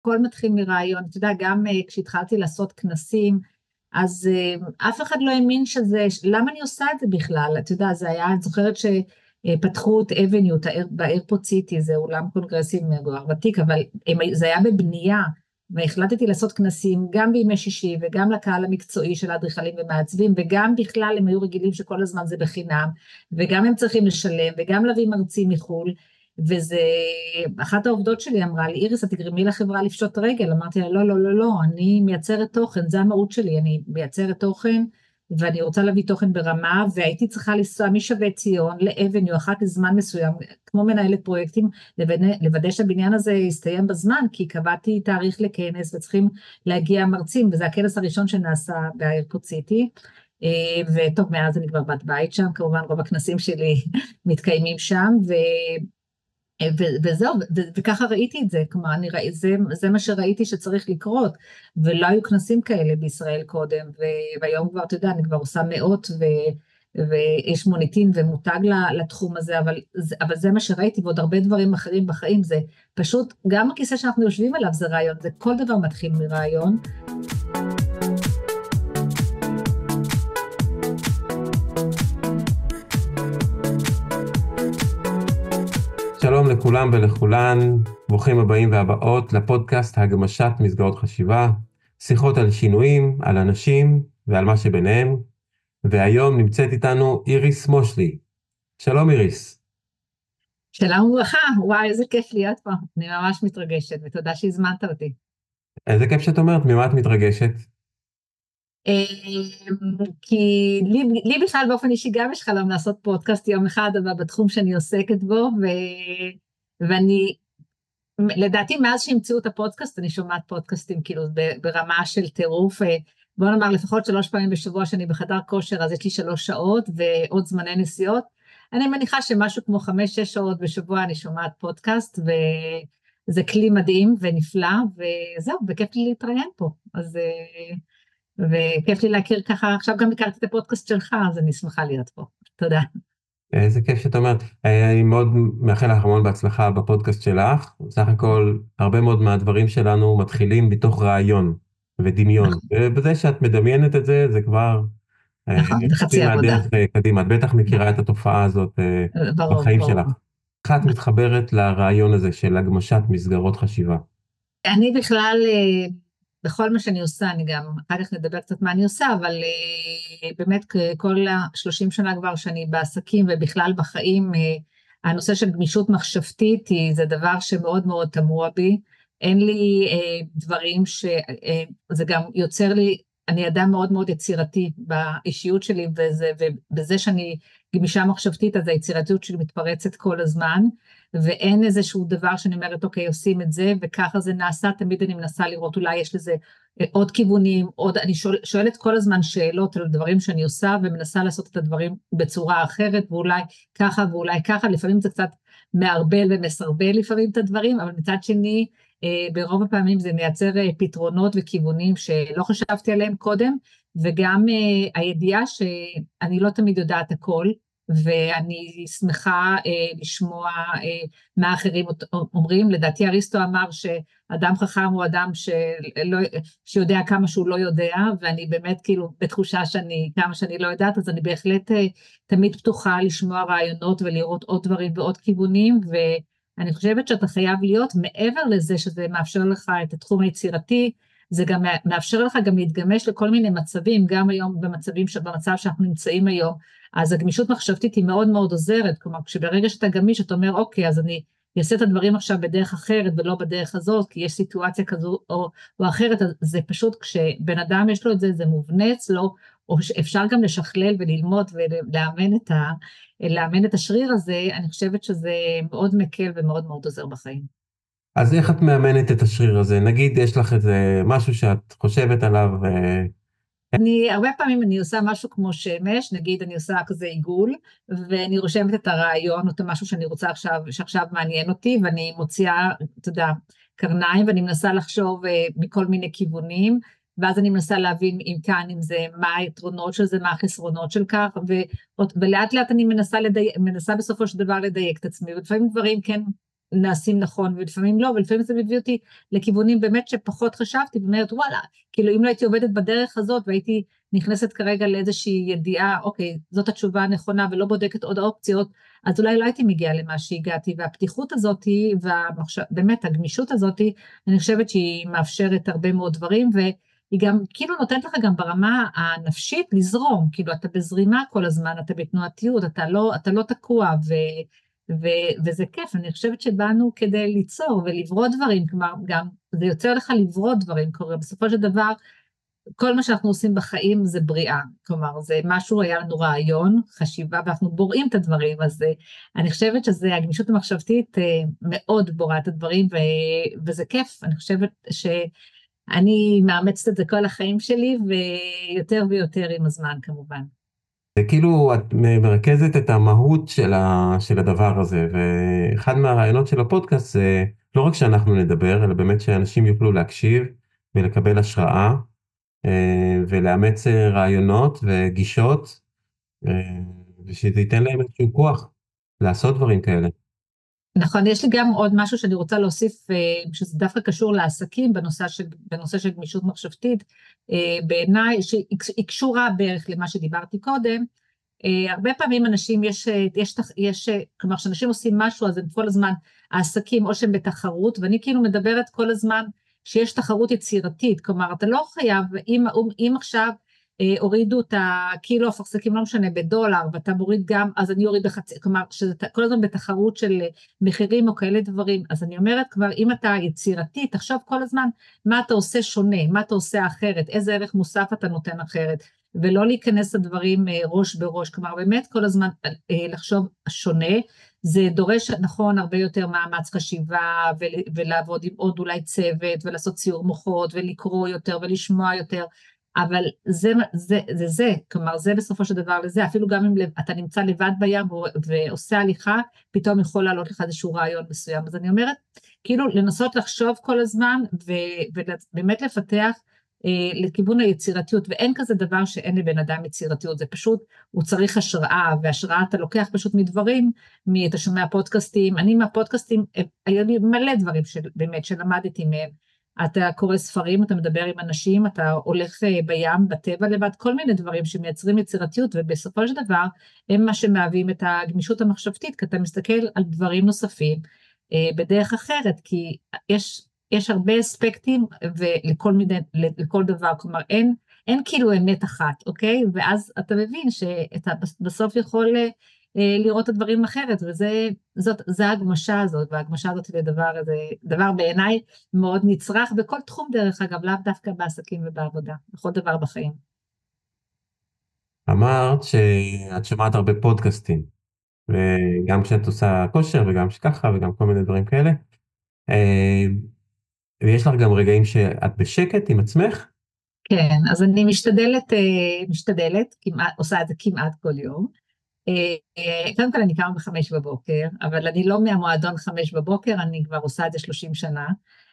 הכל מתחיל מרעיון, אתה יודע, גם כשהתחלתי לעשות כנסים, אז אף אחד לא האמין שזה, למה אני עושה את זה בכלל? אתה יודע, זה היה, אני זוכרת שפתחו את אבניו, באיירפורט סיטי, זה אולם קונגרסים ותיק, אבל זה היה בבנייה, והחלטתי לעשות כנסים גם בימי שישי, וגם לקהל המקצועי של האדריכלים ומעצבים, וגם בכלל הם היו רגילים שכל הזמן זה בחינם, וגם הם צריכים לשלם, וגם להביא מרצים מחול, וזה, אחת העובדות שלי אמרה לי, איריס, את תגרמי לחברה לפשוט רגל, אמרתי לה, לא, לא, לא, לא, אני מייצרת תוכן, זה המהות שלי, אני מייצרת תוכן, ואני רוצה להביא תוכן ברמה, והייתי צריכה לנסוע משווה ציון לאבניו, אחת לזמן מסוים, כמו מנהלת פרויקטים, לוודא שהבניין הזה יסתיים בזמן, כי קבעתי תאריך לכנס, וצריכים להגיע מרצים, וזה הכנס הראשון שנעשה באיירפורט סיטי, וטוב, מאז אני כבר בת בית שם, כמובן רוב הכנסים שלי מתקיימים שם, וזהו, וככה ראיתי את זה, כלומר, זה מה שראיתי שצריך לקרות, ולא היו כנסים כאלה בישראל קודם, והיום כבר, אתה יודע, אני כבר עושה מאות, ויש מוניטין ומותג לתחום הזה, אבל זה מה שראיתי, ועוד הרבה דברים אחרים בחיים, זה פשוט, גם הכיסא שאנחנו יושבים עליו זה רעיון, זה כל דבר מתחיל מרעיון. שלום לכולם ולכולן, ברוכים הבאים והבאות לפודקאסט הגמשת מסגרות חשיבה, שיחות על שינויים, על אנשים ועל מה שביניהם, והיום נמצאת איתנו איריס מושלי. שלום איריס. שלום וברכה, וואי איזה כיף להיות פה, אני ממש מתרגשת ותודה שהזמנת אותי. איזה כיף שאת אומרת, ממה את מתרגשת? כי לי בכלל באופן אישי גם יש חלום לעשות פודקאסט יום אחד, אבל בתחום שאני עוסקת בו, ואני, לדעתי מאז שהמציאו את הפודקאסט, אני שומעת פודקאסטים כאילו ברמה של טירוף, בוא נאמר לפחות 3 פעמים בשבוע שאני בחדר כושר, אז יש לי 3 שעות ועוד זמני נסיעות, אני מניחה שמשהו כמו 5-6 שעות בשבוע אני שומעת פודקאסט, וזה כלי מדהים ונפלא, וזהו, וכיף לי להתראיין פה, אז וכיף לי להכיר ככה, עכשיו גם הכרתי את הפודקאסט שלך, אז אני שמחה להיות פה. תודה. איזה כיף שאת אומרת. אני מאוד מאחל לך המון בהצלחה בפודקאסט שלך. בסך הכל, הרבה מאוד מהדברים שלנו מתחילים בתוך רעיון ודמיון. ובזה שאת מדמיינת את זה, זה כבר נכון, זה חצי עבודה. מהדרך קדימה. את בטח מכירה את התופעה הזאת ברור, בחיים ברור. שלך. איך את מתחברת לרעיון הזה של הגמשת מסגרות חשיבה? אני בכלל, בכל מה שאני עושה, אני גם, אחר כך נדבר קצת מה אני עושה, אבל באמת כל 30 שנה כבר שאני בעסקים ובכלל בחיים, הנושא של גמישות מחשבתית זה דבר שמאוד מאוד תמוה בי, אין לי דברים שזה גם יוצר לי, אני אדם מאוד מאוד יצירתי באישיות שלי, ובזה שאני גמישה מחשבתית, אז היצירתיות שלי מתפרצת כל הזמן, ואין איזשהו דבר שאני אומרת, אוקיי, עושים את זה, וככה זה נעשה, תמיד אני מנסה לראות, אולי יש לזה עוד כיוונים, אני שואלת כל הזמן שאלות על דברים שאני עושה, ומנסה לעשות את הדברים בצורה אחרת, ואולי ככה ואולי ככה, לפעמים זה קצת מערבל ומסרבל לפעמים את הדברים, אבל מצד שני, ברוב הפעמים זה מייצר פתרונות וכיוונים שלא חשבתי עליהם קודם, וגם הידיעה שאני לא תמיד יודעת הכל, ואני שמחה לשמוע מה אחרים אומרים. לדעתי אריסטו אמר שאדם חכם הוא אדם שיודע כמה שהוא לא יודע, ואני באמת כאילו בתחושה כמה שאני לא יודעת, אז אני בהחלט תמיד פתוחה לשמוע רעיונות ולראות עוד דברים ועוד כיוונים, ואני חושבת שאתה חייב להיות מעבר לזה שזה מאפשר לך את התחום היצירתי, זה גם מאפשר לך גם להתגמש לכל מיני מצבים, גם היום במצב שאנחנו נמצאים היום, אז הגמישות מחשבתית היא מאוד מאוד עוזרת, כלומר, כשברגע שאתה גמיש, אתה אומר, אוקיי, אז אני אעשה את הדברים עכשיו בדרך אחרת, ולא בדרך הזאת, כי יש סיטואציה כזו או אחרת, אז זה פשוט, כשבן אדם יש לו את זה, זה מובנה אצלו, או אפשר גם לשכלל וללמוד, ולאמן את השריר הזה, אני חושבת שזה מאוד מקל, ומאוד מאוד עוזר בחיים. אז איך את מאמנת את השריר הזה? נגיד, יש לך איזה משהו שאת חושבת עליו, הרבה פעמים אני עושה משהו כמו שמש, נגיד אני עושה כזה עיגול, ואני רושמת את הרעיון, או את משהו שאני רוצה שעכשיו מעניין אותי, ואני מוציאה, אתה יודע, קרניים, ואני מנסה לחשוב מכל מיני כיוונים, ואז אני מנסה להבין אם זה, מה היתרונות של זה, מה החסרונות של כך, ולאט לאט אני מנסה בסופו של דבר לדייק את עצמי, ולפעמים דברים כן נעשים נכון, ולפעמים לא, ולפעמים זה מביא אותי לכיוונים באמת שפחות חשבתי, ואומרת, וואלה, כאילו אם לא הייתי עובדת בדרך הזאת, והייתי נכנסת כרגע לאיזושהי ידיעה, אוקיי, זאת התשובה הנכונה, ולא בודקת עוד אופציות, אז אולי לא הייתי מגיעה למה שהגעתי, והפתיחות הזאת, ובאמת הגמישות הזאת, אני חושבת שהיא מאפשרת הרבה מאוד דברים, היא גם כאילו נותנת לך גם ברמה הנפשית לזרום, כאילו אתה בזרימה כל הזמן, אתה בתנועתיות, אתה לא תקוע, וזה כיף. אני חושבת שבאנו כדי ליצור ולברוא דברים, כלומר גם זה יוצר לך לברוא דברים, כלומר בסופו של דבר, כל מה שאנחנו עושים בחיים זה בריאה, כלומר זה משהו, היה לנו רעיון, חשיבה, ואנחנו בוראים את הדברים, אז אני חושבת שזה, הגמישות המחשבתית מאוד בוראה את הדברים, וזה כיף. אני חושבת אני מאמצת את זה כל החיים שלי, ויותר ויותר עם הזמן כמובן. זה כאילו את מרכזת את המהות של הדבר הזה, ואחד מהרעיונות של הפודקאסט זה לא רק שאנחנו נדבר, אלא באמת שאנשים יוכלו להקשיב ולקבל השראה, ולאמץ רעיונות וגישות, ושזה ייתן להם איזשהו כוח לעשות דברים כאלה. נכון, יש לי גם עוד משהו שאני רוצה להוסיף, שזה דווקא קשור לעסקים, בנושא של גמישות מחשבתית, בעיניי, שהיא קשורה בערך למה שדיברתי קודם. הרבה פעמים אנשים, כלומר, כשאנשים עושים משהו, אז הם כל הזמן, העסקים, או שהם בתחרות, ואני כאילו מדברת כל הזמן, שיש תחרות יצירתית, כלומר, אתה לא חייב, אם עכשיו הורידו את הקילו אפרסקים, לא משנה, בדולר, ואתה מוריד גם, אז אני אוריד בחצי, כלומר, שזה כל הזמן בתחרות של מחירים או כאלה דברים, אז אני אומרת כבר, אם אתה יצירתי, תחשוב כל הזמן מה אתה עושה שונה, מה אתה עושה אחרת, איזה ערך מוסף אתה נותן אחרת, ולא להיכנס לדברים ראש בראש, כלומר, באמת כל הזמן לחשוב שונה, זה דורש, נכון, הרבה יותר מאמץ חשיבה, ולעבוד עם עוד אולי צוות, ולעשות ציור מוחות, ולקרוא יותר, ולשמוע יותר, אבל זה, כלומר, זה בסופו של דבר לזה, אפילו גם אם אתה נמצא לבד בים ועושה הליכה, פתאום יכול לעלות לך איזשהו רעיון מסוים. אז אני אומרת, כאילו, לנסות לחשוב כל הזמן, ובאמת לפתח לכיוון היצירתיות, ואין כזה דבר שאין לבן אדם יצירתיות, זה פשוט, הוא צריך השראה, והשראה אתה לוקח פשוט מדברים, אתה שומע פודקאסטים, אני מהפודקאסטים, היו לי מלא דברים באמת שלמדתי מהם, אתה קורא ספרים, אתה מדבר עם אנשים, אתה הולך בים, בטבע לבד, כל מיני דברים שמייצרים יצירתיות, ובסופו של דבר הם מה שמהווים את הגמישות המחשבתית, כי אתה מסתכל על דברים נוספים בדרך אחרת, כי יש הרבה אספקטים לכל דבר, כלומר אין כאילו אמת אחת, אוקיי? ואז אתה מבין שאתה בסוף יכול לראות את הדברים אחרת, וזה ההגמשה הזאת, וההגמשה הזאת זה דבר בעיניי מאוד נצרך בכל תחום דרך אגב, לאו דווקא בעסקים ובעבודה, בכל דבר בחיים. אמרת שאת שומעת הרבה פודקאסטים, וגם כשאת עושה כושר, וגם שככה, וגם כל מיני דברים כאלה, ויש לך גם רגעים שאת בשקט עם עצמך? כן, אז אני משתדלת, עושה את זה כמעט כל יום. קודם כל אני קמה ב5 בבוקר, אבל אני לא מהמועדון 5 בבוקר, אני כבר עושה את זה 30 שנה.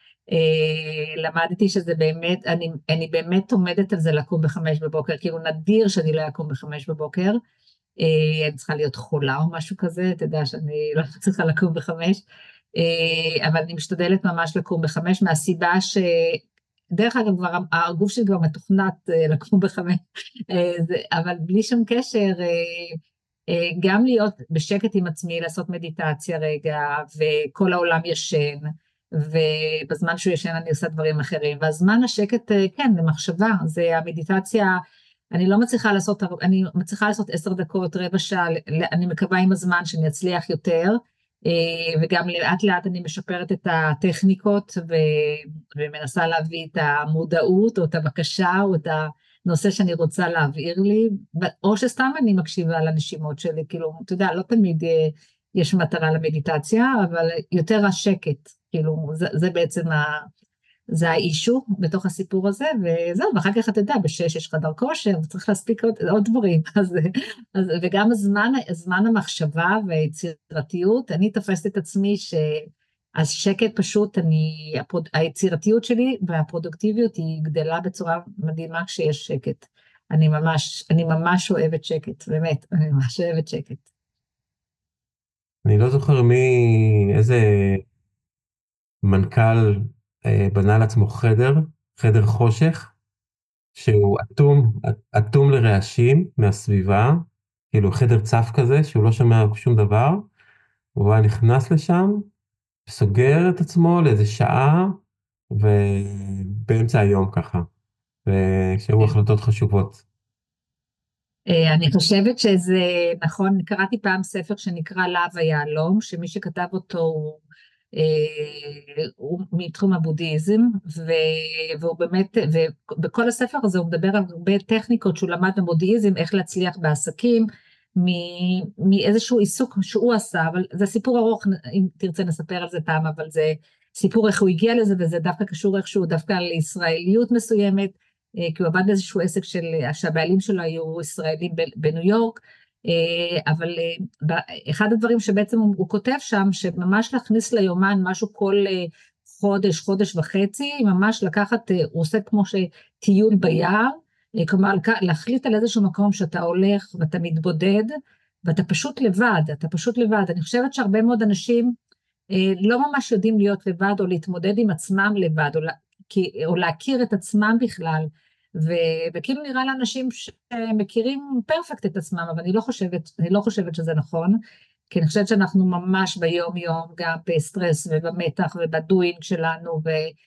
למדתי שזה באמת, אני באמת עומדת על זה לקום ב5 בבוקר, כאילו נדיר שאני לא אקום ב5 בבוקר, אני צריכה להיות חולה או משהו כזה, אתה יודע שאני לא צריכה לקום ב5, אבל אני משתדלת ממש לקום ב5, מהסיבה דרך אגב, הגוף שלי כבר מתוכנת לקום ב5, אבל בלי שום קשר, גם להיות בשקט עם עצמי, לעשות מדיטציה רגע, וכל העולם ישן, ובזמן שהוא ישן אני עושה דברים אחרים, והזמן השקט, כן, למחשבה, זה המדיטציה, אני מצליחה לעשות 10 דקות, רבע שעה, אני מקווה עם הזמן שאני אצליח יותר, וגם לאט לאט אני משפרת את הטכניקות, ומנסה להביא את המודעות, או את הבקשה, או את הנושא שאני רוצה להעביר לי, או שסתם אני מקשיבה לנשימות שלי, כאילו, אתה יודע, לא תמיד יש מטרה למדיטציה, אבל יותר השקט, כאילו, זה בעצם זה האישו בתוך הסיפור הזה, וזהו, ואחר כך אתה יודע, ב6 יש חדר כושר, וצריך להספיק עוד דברים, וגם הזמן המחשבה והיצירתיות, אני תופסת את עצמי אז שקט פשוט, היצירתיות שלי והפרודוקטיביות היא גדלה בצורה מדהימה כשיש שקט. אני ממש אוהבת שקט, באמת, אני ממש אוהבת שקט. אני לא זוכר איזה מנכ"ל בנה לעצמו חדר חושך, שהוא אטום לרעשים מהסביבה, כאילו חדר צף כזה, שהוא לא שומע שום דבר, הוא היה נכנס לשם, סוגר את עצמו לאיזה שעה, ובאמצע היום ככה, ושהיו החלטות חשובות. אני חושבת שזה נכון, קראתי פעם ספר שנקרא להב היהלום, שמי שכתב אותו הוא מתחום הבודהיזם, והוא באמת, ובכל הספר הזה הוא מדבר על הרבה טכניקות שהוא למד בבודהיזם, איך להצליח בעסקים, מאיזשהו עיסוק שהוא עשה, אבל זה סיפור ארוך, אם תרצה נספר על זה פעם, אבל זה סיפור איך הוא הגיע לזה, וזה דווקא קשור איכשהו דווקא לישראליות מסוימת, כי הוא עבד באיזשהו עסק שהבעלים שלו היו ישראלים בניו יורק, אבל אחד הדברים שבעצם הוא כותב שם, שממש להכניס ליומן משהו כל חודש, חודש וחצי, ממש לקחת, הוא עושה כמו שטיול ביער, כלומר להחליט על איזשהו מקום שאתה הולך ואתה מתבודד, ואתה פשוט לבד, אני חושבת שהרבה מאוד אנשים לא ממש יודעים להיות לבד, או להתמודד עם עצמם לבד, או להכיר את עצמם בכלל, וכאילו נראה לאנשים שמכירים פרפקט את עצמם, אבל אני לא חושבת שזה נכון, כי אני חושבת שאנחנו ממש ביום יום, גם בסטרס ובמתח ובדוינג שלנו,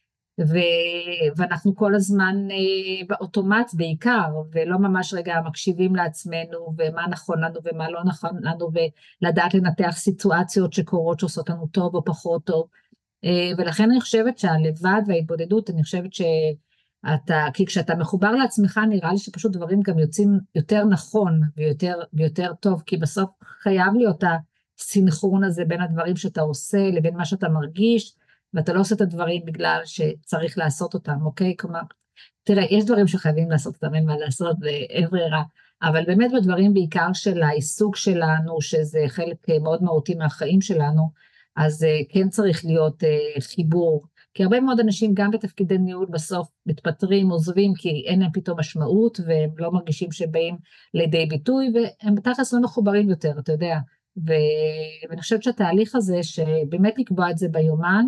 ואנחנו כל הזמן באוטומט בעיקר, ולא ממש רגע מקשיבים לעצמנו, ומה נכון לנו ומה לא נכון לנו, ולדעת לנתח סיטואציות שקורות שעושות לנו טוב או פחות טוב, ולכן אני חושבת שהלבד וההתבודדות, אני חושבת כי כשאתה מחובר לעצמך, נראה לי שפשוט דברים גם יוצאים יותר נכון ויותר טוב, כי בסוף חייב להיות הסינכרון הזה בין הדברים שאתה עושה לבין מה שאתה מרגיש, ואתה לא עושה את הדברים בגלל שצריך לעשות אותם, אוקיי? כלומר, תראה, יש דברים שחייבים לעשות אותם, אין מה לעשות ואין ברירה, אבל באמת בדברים בעיקר של העיסוק שלנו, שזה חלק מאוד מהותי מהחיים שלנו, אז כן צריך להיות חיבור, כי הרבה מאוד אנשים גם בתפקידי ניהול בסוף מתפטרים, עוזבים, כי אין להם פתאום משמעות, והם לא מרגישים שבאים לידי ביטוי, והם בתכלס לא מחוברים יותר, אתה יודע, ואני חושבת שהתהליך הזה, שבאמת לקבוע את זה ביומן,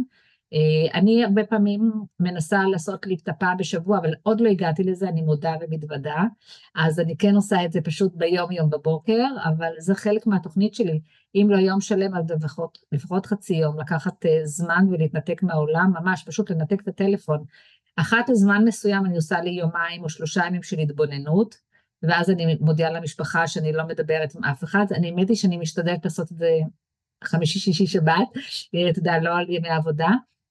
אני הרבה פעמים מנסה לעשות לי את הפעם בשבוע, אבל עוד לא הגעתי לזה, אני מודה ומתוודה, אז אני כן עושה את זה פשוט ביום יום בבוקר, אבל זה חלק מהתוכנית שלי, אם לא יום שלם, אז לפחות חצי יום, לקחת זמן ולהתנתק מהעולם, ממש פשוט לנתק את הטלפון. אחת הזמן מסוים אני עושה לי יומיים או 3 ימים של התבוננות, ואז אני מודיעה למשפחה שאני לא מדברת עם אף אחד, אני האמת היא שאני משתדלת לעשות את זה חמישי, שישי, שבת, אתה יודע, לא על ימי עבודה,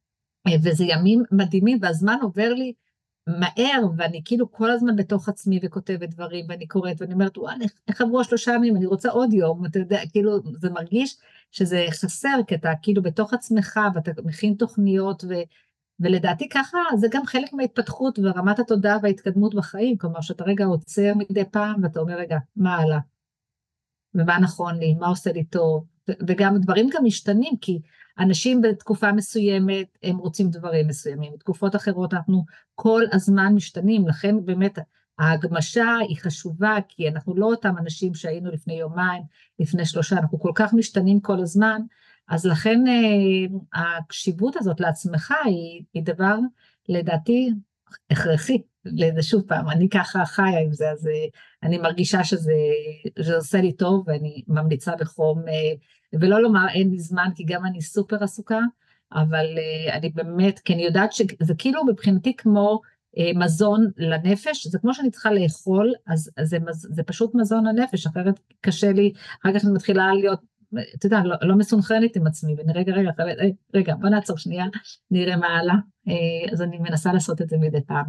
וזה ימים מדהימים, והזמן עובר לי מהר, ואני כאילו כל הזמן בתוך עצמי וכותבת דברים, ואני קוראת, ואני אומרת, וואלה, איך עברו 3 ימים, אני רוצה עוד יום, אתה יודע, כאילו, זה מרגיש שזה חסר, כי אתה כאילו בתוך עצמך, ואתה מכין תוכניות, ולדעתי ככה, זה גם חלק מההתפתחות, ורמת התודעה וההתקדמות בחיים, כלומר, שאתה רגע עוצר מדי פעם, ואתה אומר, רגע, מה הלאה? ומה נכון לי, מה עושה לי טוב, וגם דברים גם משתנים, כי אנשים בתקופה מסוימת, הם רוצים דברים מסוימים, בתקופות אחרות אנחנו כל הזמן משתנים, לכן באמת ההגמשה היא חשובה, כי אנחנו לא אותם אנשים שהיינו לפני יומיים, לפני 3, אנחנו כל כך משתנים כל הזמן, אז לכן הקשיבות הזאת לעצמך היא דבר לדעתי הכרחי, שוב פעם, אני ככה חיה עם זה, אז אני מרגישה שזה עושה לי טוב, ואני ממליצה בחום, ולא לומר אין לי זמן, כי גם אני סופר עסוקה, אבל אני באמת, כי אני יודעת שזה כאילו מבחינתי כמו מזון לנפש, זה כמו שאני צריכה לאכול, אז זה פשוט מזון לנפש, אחרת קשה לי, אחר כך אני מתחילה להיות, אתה יודע, לא מסונכרנית עם עצמי, ואני רגע, בוא נעצור שנייה, נראה מה הלאה, אז אני מנסה לעשות את זה מדי פעם.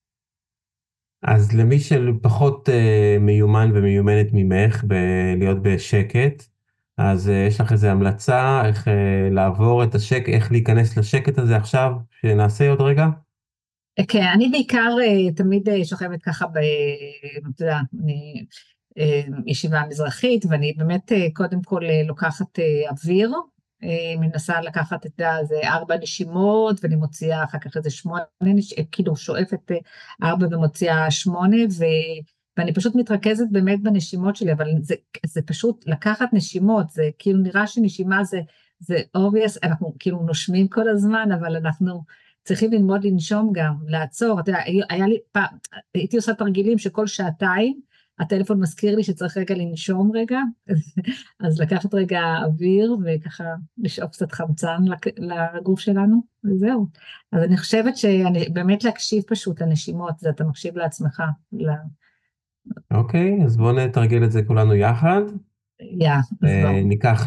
אז למי שפחות מיומן ומיומנת ממך בלהיות בשקט, אז יש לך איזו המלצה איך לעבור את השקט, איך להיכנס לשקט הזה עכשיו, שנעשה עוד רגע? כן, אני בעיקר תמיד שוכבת ככה, אתה יודע, אני ישיבה מזרחית, ואני באמת קודם כל לוקחת אוויר, מנסה לקחת את זה 4 נשימות, ואני מוציאה אחר כך איזה 8, כאילו שואפת 4 ומוציאה 8, ואני פשוט מתרכזת באמת בנשימות שלי, אבל זה פשוט לקחת נשימות, זה כאילו נראה שנשימה זה obvious, אנחנו כאילו נושמים כל הזמן, אבל אנחנו צריכים ללמוד לנשום גם, לעצור. אתה יודע, היה לי פעם, הייתי עושה תרגילים שכל שעתיים, הטלפון מזכיר לי שצריך רגע לנשום רגע, אז לקחת רגע אוויר, וככה לשאוף קצת חמצן לגוף שלנו, וזהו. אז אני חושבת שבאמת להקשיב פשוט לנשימות, זה אתה מקשיב לעצמך. אוקיי, אז בואו נתרגל את זה כולנו יחד. אז בואו.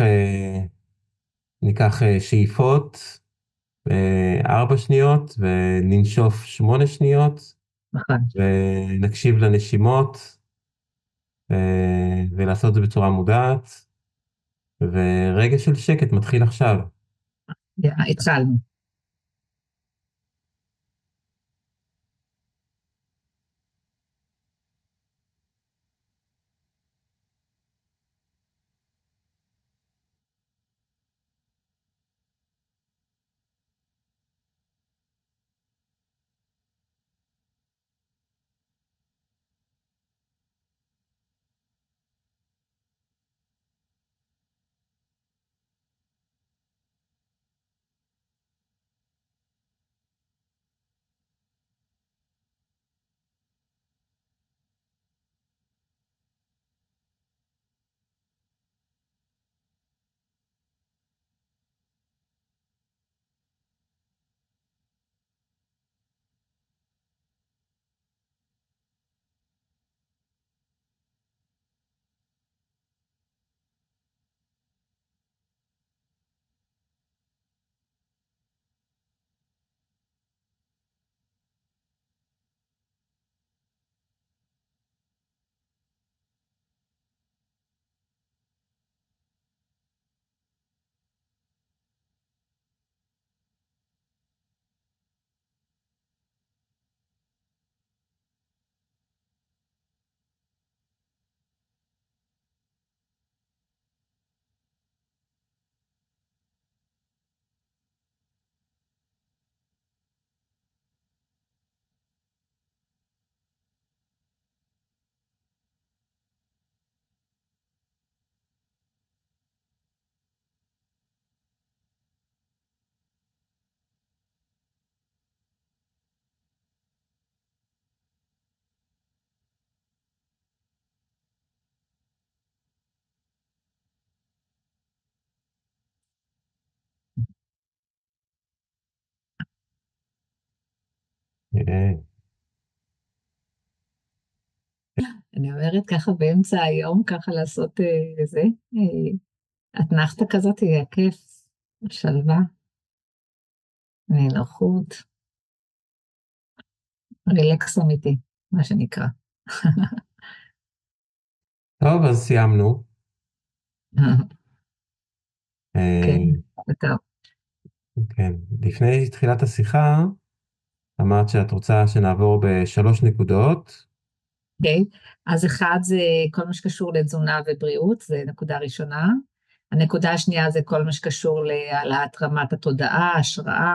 ניקח שאיפות 4 שניות, וננשוף 8 שניות, נכון. ונקשיב לנשימות, ולעשות את זה בצורה מודעת, ורגע של שקט מתחיל עכשיו. התחלנו. אה, אני אומרת ככה באמצע היום, ככה לעשות זה, אתנחתה כזאת, יהיה כיף, שלווה, נינוחות, רילקס אמיתי, מה שנקרא. טוב, אז סיימנו. כן, אה, טוב. כן, לפני תחילת השיחה, אמרת שאת רוצה שנעבור ב3 נקודות. אוקיי, אז אחד זה כל מה שקשור לתזונה ובריאות, זה נקודה ראשונה. הנקודה השנייה זה כל מה שקשור להעלאת רמת התודעה, השראה,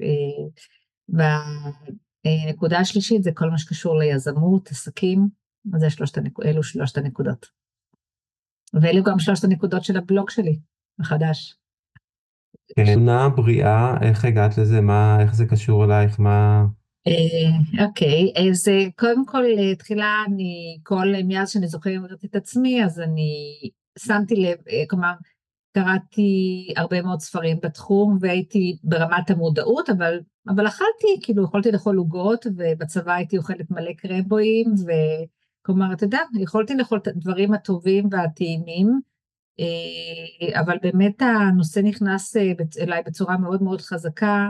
והנקודה השלישית זה כל מה שקשור ליזמות, עסקים, אז אלו 3 הנקודות. ואלו גם 3 הנקודות של הבלוג שלי, החדש. תזונה בריאה, איך הגעת לזה? איך זה קשור אלייך? אוקיי, אז קודם כל, תחילה מאז שאני זוכרת את עצמי, אז אני שמתי לב, כלומר, קראתי הרבה מאוד ספרים בתחום, והייתי ברמת המודעות, אבל אכלתי, כאילו יכולתי לאכול עוגות, ובצבא הייתי אוכלת מלא קרמבויים, וכלומר, אתה יודע, יכולתי לאכול את הדברים הטובים והטעימים, אבל באמת הנושא נכנס אליי בצורה מאוד מאוד חזקה,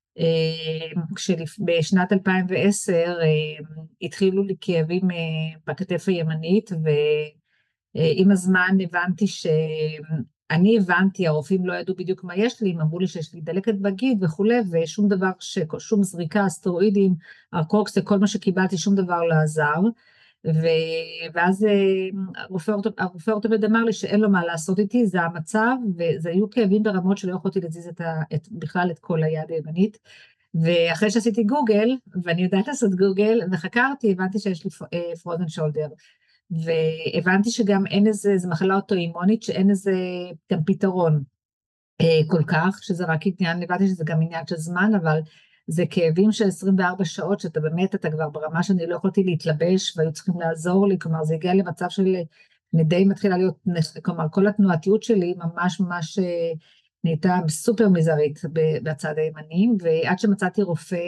כשבשנת 2010 התחילו לי כאבים בכתף הימנית, ועם הזמן הבנתי אני הבנתי, הרופאים לא ידעו בדיוק מה יש לי, הם אמרו לי שיש לי דלקת בגיד וכולי, ושום דבר, שום זריקה, סטרואידים, ארקוקס, כל מה שקיבלתי, שום דבר לא עזר, ואז הרופא אורתופד אמר לי שאין לו מה לעשות איתי, זה המצב, וזה היו כאבים ברמות שלא יכולתי להזיז בכלל את כל היד הימנית, ואחרי שעשיתי גוגל, ואני יודעת לעשות גוגל, וחקרתי, הבנתי שיש לי פרוזן שולדר, והבנתי שגם אין איזה, זו מחלה אוטואימונית, שאין איזה גם פתרון. כל כך, שזה רק עניין, הבנתי שזה גם עניין של זמן, אבל זה כאבים של 24 שעות, שאתה באמת, אתה כבר ברמה שאני לא יכולתי להתלבש, והיו צריכים לעזור לי, כלומר זה הגיע למצב של, אני די מתחילה להיות, כלומר כל התנועתיות שלי ממש ממש נהייתה סופר מזערית בצד הימני, ועד שמצאתי רופא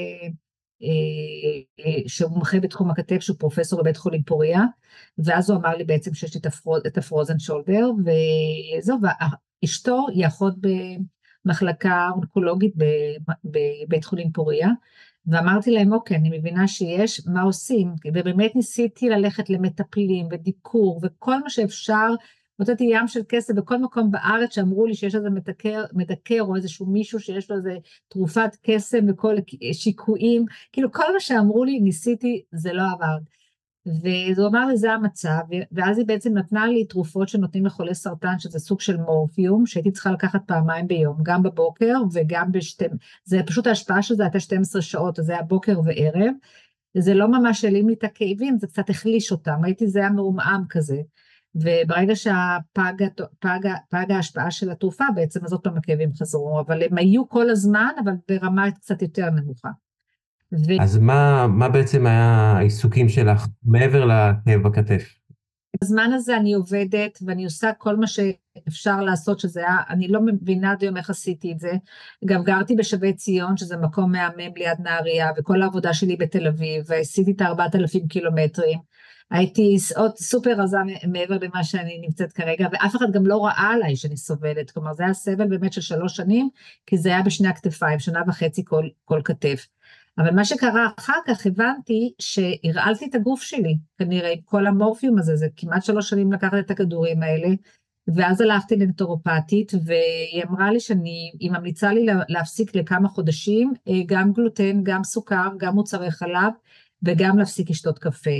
שהוא מומחה בתחום הכתף, שהוא פרופסור בבית חולים פוריה, ואז הוא אמר לי בעצם שיש לי את הפרוזן שולדר, וזהו, אשתו היא אחות במחלקה אונקולוגית בבית חולים פוריה, ואמרתי להם, אוקיי, אני מבינה שיש, מה עושים? ובאמת ניסיתי ללכת למטפלים ודיקור, וכל מה שאפשר, נותנתי ים של כסף בכל מקום בארץ, שאמרו לי שיש איזה מדקר, או איזשהו מישהו שיש לו איזה תרופת קסם, וכל שיקויים, כאילו כל מה שאמרו לי, ניסיתי, זה לא עבר. והוא אמר לי, זה המצב, ואז היא בעצם נתנה לי תרופות שנותנים לחולי סרטן, שזה סוג של מורפיום, שהייתי צריכה לקחת פעמיים ביום, גם בבוקר וגם זה פשוט ההשפעה של זה הייתה 12 שעות, אז זה היה בוקר וערב, זה לא ממש העלים לי את הכאבים, זה קצת החליש אותם, זה היה מעומעם כזה, וברגע שהפג ההשפעה של התרופה, בעצם אז עוד פעם הכאבים חזרו, אבל הם היו כל הזמן, אבל ברמה קצת יותר נמוכה. אז מה בעצם היה העיסוקים שלך מעבר לכאב בכתף? בזמן הזה אני עובדת ואני עושה כל מה שאפשר לעשות, שזה היה, אני לא מבינה עד היום איך עשיתי את זה, גם גרתי בשבי ציון, שזה מקום מהמם ליד נהריה, וכל העבודה שלי בתל אביב, ועשיתי את 4,000 קילומטרים, הייתי עוד סופר רזה מעבר למה שאני נמצאת כרגע, ואף אחד גם לא ראה עליי שאני סובלת, כלומר זה היה סבל באמת של 3 שנים, כי זה היה בשני הכתפיים, 1.5 כל כתף. אבל מה שקרה אחר כך הבנתי שהרעלתי את הגוף שלי, כנראה עם כל המורפיום הזה, זה כמעט 3 שנים לקחת את הכדורים האלה, ואז הלכתי לנטורופטית, והיא אמרה לי היא ממליצה לי להפסיק לכמה חודשים, גם גלוטן, גם סוכר, גם מוצרי חלב, וגם להפסיק לשתות קפה.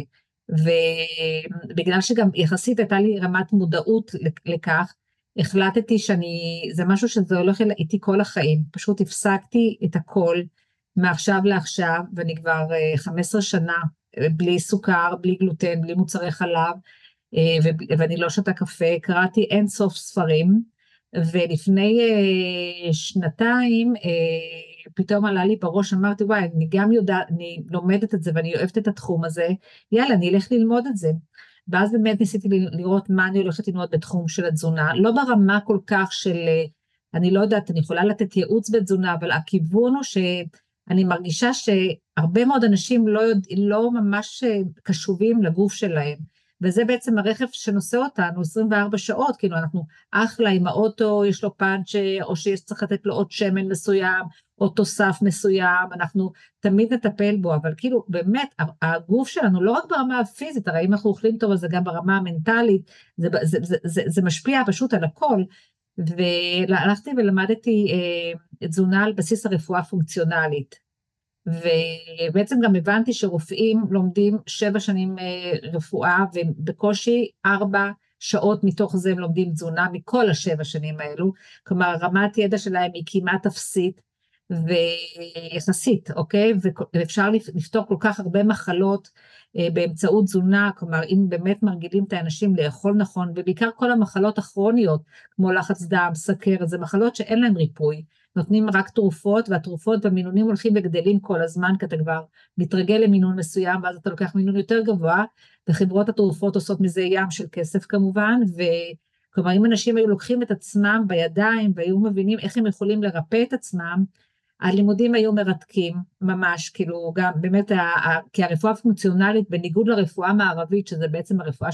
ובגלל שגם יחסית הייתה לי רמת מודעות לכך, החלטתי זה משהו שזה הולך איתי כל החיים, פשוט הפסקתי את הכל, מעכשיו לעכשיו, ואני כבר 15 שנה בלי סוכר, בלי גלוטן, בלי מוצרי חלב, ואני לא שותה קפה, קראתי אין סוף ספרים, ולפני 2 פתאום עלה לי בראש, אמרתי וואי, אני גם יודעת, אני לומדת את זה, ואני אוהבת את התחום הזה, יאללה, אני אלך ללמוד את זה. ואז באמת ניסיתי לראות מה אני הולכת ללמוד בתחום של התזונה, לא ברמה כל כך של, אני לא יודעת, אני יכולה לתת ייעוץ בתזונה, אבל הכיוון הוא אני מרגישה שהרבה מאוד אנשים לא ממש קשובים לגוף שלהם, וזה בעצם הרכב שנושא אותנו 24 שעות, כאילו אנחנו אחלה עם האוטו, יש לו פאנץ' או שצריך לתת לו עוד שמן מסוים, או תוסף מסוים, אנחנו תמיד נטפל בו, אבל כאילו באמת הגוף שלנו לא רק ברמה הפיזית, הרי אם אנחנו אוכלים טוב, אז זה גם ברמה המנטלית, זה משפיע פשוט על הכל, והלכתי ולמדתי תזונה על בסיס הרפואה הפונקציונלית, ובעצם גם הבנתי שרופאים לומדים 7 שנים רפואה, ובקושי 4 שעות מתוך זה הם לומדים תזונה מכל 7 שנים האלו, כלומר רמת ידע שלהם היא כמעט אפסית, ויחסית, אוקיי? ואפשר לפתור כל כך הרבה מחלות באמצעות תזונה, כלומר אם באמת מרגילים את האנשים לאכול נכון, ובעיקר כל המחלות הכרוניות, כמו לחץ דם, סכרת, זה מחלות שאין להן ריפוי, נותנים רק תרופות, והתרופות במינונים הולכים וגדלים כל הזמן, כי אתה כבר מתרגל למינון מסוים, ואז אתה לוקח מינון יותר גבוה, וחברות התרופות עושות מזה ים של כסף כמובן, כלומר אם אנשים היו לוקחים את עצמם בידיים, והיו מבינים איך הם יכולים לרפא את עצמם, הלימודים היו מרתקים, ממש, כאילו גם באמת, כי הרפואה הפונקציונלית, בניגוד לרפואה המערבית, שזה בעצם הרפואה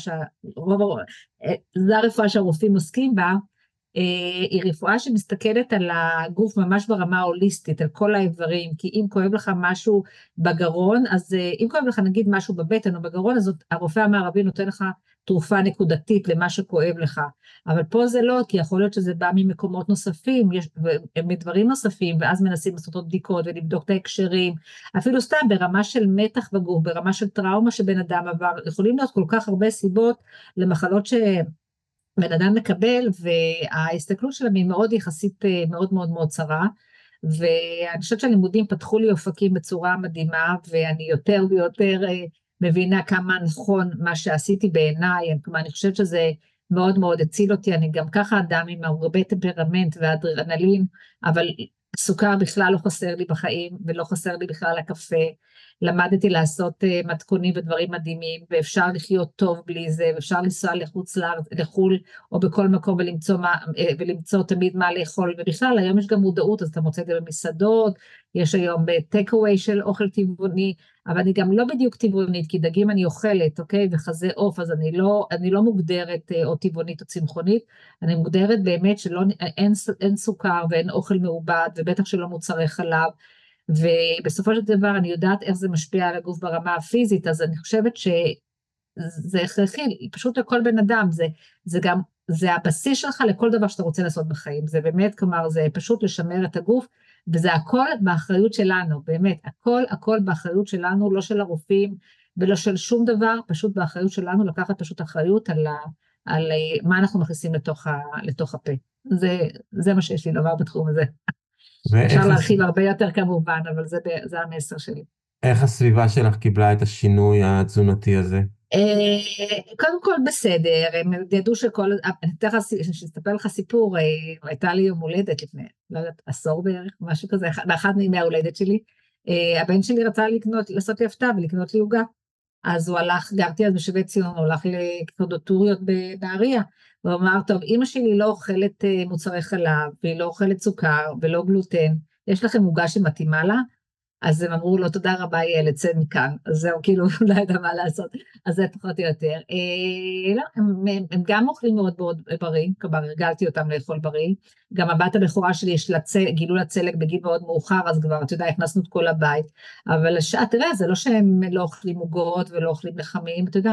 זה הרפואה שהרופאים עוסקים בה, היא רפואה שמסתכלת על הגוף ממש ברמה ההוליסטית, על כל האיברים, כי אם כואב לך משהו בגרון, אז אם כואב לך נגיד משהו בבטן או בגרון, אז הרופא המערבי נותן לך תרופה נקודתית למה שכואב לך, אבל פה זה לא, כי יכול להיות שזה בא ממקומות נוספים, מדברים נוספים, ואז מנסים לעשות עוד בדיקות ולבדוק את ההקשרים, אפילו סתם ברמה של מתח בגוף, ברמה של טראומה שבן אדם עבר, יכולים להיות כל כך הרבה סיבות למחלות בן אדם מקבל, וההסתכלות שלהם היא מאוד יחסית, מאוד מאוד מאוד צרה, ואני חושבת שהלימודים פתחו לי אופקים בצורה מדהימה, ואני יותר ויותר מבינה כמה נכון מה שעשיתי בעיניי, כלומר אני חושבת שזה מאוד מאוד הציל אותי, אני גם ככה אדם עם הרבה טמפרמנט ואדרנלין, אבל סוכר בכלל לא חסר לי בחיים, ולא חסר לי בכלל הקפה, למדתי לעשות מתכונים ודברים מדהימים, ואפשר לחיות טוב בלי זה, ואפשר לנסוע לחול, או בכל מקום ולמצוא תמיד מה לאכול, ובכלל היום יש גם מודעות, אז אתה מוצא את זה במסעדות, יש היום טייק-אווי של אוכל טבעוני, אבל אני גם לא בדיוק טבעונית, כי דגים אני אוכלת, אוקיי, וחזה עוף, אז אני לא מוגדרת או טבעונית או צמחונית, אני מוגדרת באמת שאין סוכר ואין אוכל מעובד, ובטח שלא מוצרי חלב, ובסופו של דבר אני יודעת איך זה משפיע על הגוף ברמה הפיזית, אז אני חושבת שזה הכרחי, פשוט לכל בן אדם, זה גם, זה הבסיס שלך לכל דבר שאתה רוצה לעשות בחיים, זה באמת, כלומר, זה פשוט לשמר את הגוף, וזה הכל באחריות שלנו, באמת, הכל באחריות שלנו, לא של הרופאים, ולא של שום דבר, פשוט באחריות שלנו, לקחת פשוט אחריות על מה אנחנו מכניסים לתוך הפה. זה מה שיש לי לומר בתחום הזה. אפשר להרחיב הרבה יותר כמובן, אבל זה המסר שלי. איך הסביבה שלך קיבלה את השינוי התזונתי הזה? קודם כל בסדר, הם ידעו אני אספר לך סיפור, הייתה לי יום הולדת לפני, לא יודעת, עשור בערך, משהו כזה, באחד מימי ההולדת שלי, הבן שלי רצה לעשות לי הפתעה ולקנות לי עוגה, אז הוא הלך, גרתי אז בשבי ציון, הוא הלך לקונדיטוריות בנהריה, והוא אמר, טוב, אמא שלי לא אוכלת מוצרי חלב, והיא לא אוכלת סוכר ולא גלוטן, יש לכם עוגה שמתאימה לה? אז הם אמרו לו, תודה רבה ילד, צא מכאן, אז זהו, כאילו, לא יודע מה לעשות, אז זה פחות או יותר. לא, הם גם אוכלים מאוד מאוד בריא, כלומר, הרגלתי אותם לאכול בריא, גם הבת הבכורה שלי יש גילו לצלק בגיל מאוד מאוחר, אז כבר, אתה יודע, הכנסנו את כל הבית, אבל תראה, זה לא שהם לא אוכלים עוגות ולא אוכלים לחמים, אתה יודע,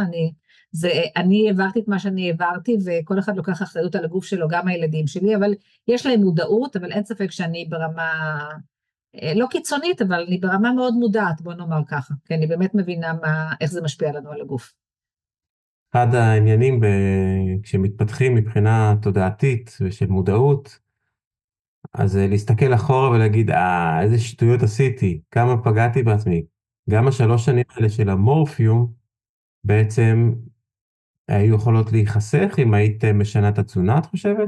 אני העברתי את מה שאני העברתי, וכל אחד לוקח אחריות על הגוף שלו, גם הילדים שלי, אבל יש להם מודעות, אבל אין ספק שאני ברמה לא קיצונית, אבל אני ברמה מאוד מודעת, בוא נאמר ככה, כי אני באמת מבינה איך זה משפיע לנו על הגוף. אחד העניינים כשמתפתחים מבחינה תודעתית ושל מודעות, אז להסתכל אחורה ולהגיד, איזה שטויות עשיתי, כמה פגעתי בעצמי. גם 3 שנים האלה של המורפיום, בעצם היו יכולות להיחסך אם היית משנה את התזונה, את חושבת?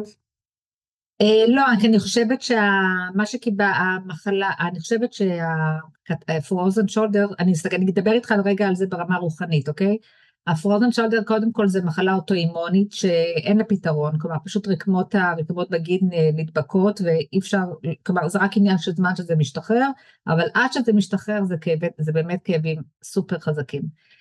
לא, אני חושבת שמה שקיבלה המחלה, אני חושבת שהפרוזן שולדר, אני אדבר איתך רגע על זה ברמה רוחנית, אוקיי? הפרוזן שולדר קודם כל זה מחלה אוטואימונית שאין לה פתרון, כלומר פשוט רקמות בגיד נדבקות ואי אפשר, כלומר זה רק עניין של זמן שזה משתחרר, אבל עד שזה משתחרר זה באמת כאבים סופר חזקים.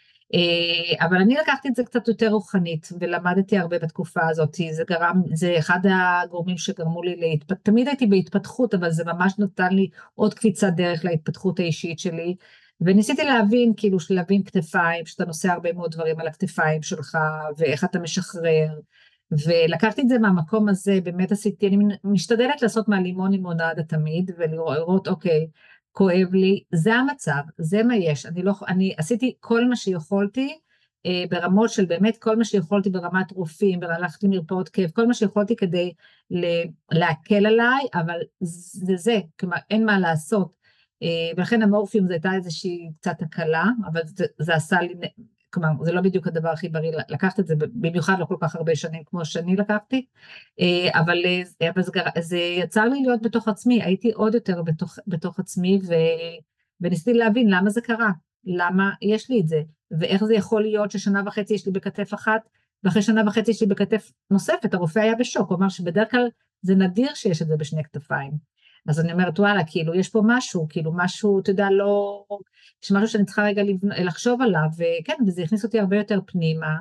אבל אני לקחתי את זה קצת יותר רוחנית, ולמדתי הרבה בתקופה הזאת, זה אחד הגורמים שגרמו לי תמיד הייתי בהתפתחות, אבל זה ממש נתן לי עוד קפיצת דרך להתפתחות האישית שלי, וניסיתי להבין, כאילו, להבין כתפיים, שאתה נושא הרבה מאוד דברים על הכתפיים שלך, ואיך אתה משחרר, ולקחתי את זה מהמקום הזה, באמת אני משתדלת לעשות מהלימון לימונדה תמיד, ולראות, אוקיי, כואב לי, זה המצב, זה מה יש, אני עשיתי כל מה שיכולתי, ברמות של באמת כל מה שיכולתי ברמת רופאים, הלכתי למרפאות כאב, כל מה שיכולתי כדי להקל עליי, אבל זה, כלומר אין מה לעשות, ולכן המורפיום זה הייתה איזושהי קצת הקלה, אבל זה עשה לי, כלומר זה לא בדיוק הדבר הכי בריא לקחת את זה, במיוחד לא כל כך הרבה שנים כמו שאני לקחתי, אבל זה יצר לי להיות בתוך עצמי, הייתי עוד יותר בתוך עצמי, וניסיתי להבין למה זה קרה, למה יש לי את זה, ואיך זה יכול להיות ששנה וחצי יש לי בכתף אחת, ואחרי שנה וחצי יש לי בכתף נוספת, הרופא היה בשוק, הוא אמר שבדרך כלל זה נדיר שיש את זה בשני כתפיים, אז אני אומרת וואלה, כאילו יש פה משהו, כאילו משהו, אתה יודע, לא, יש משהו שאני צריכה רגע לחשוב עליו, וכן, וזה הכניס אותי הרבה יותר פנימה,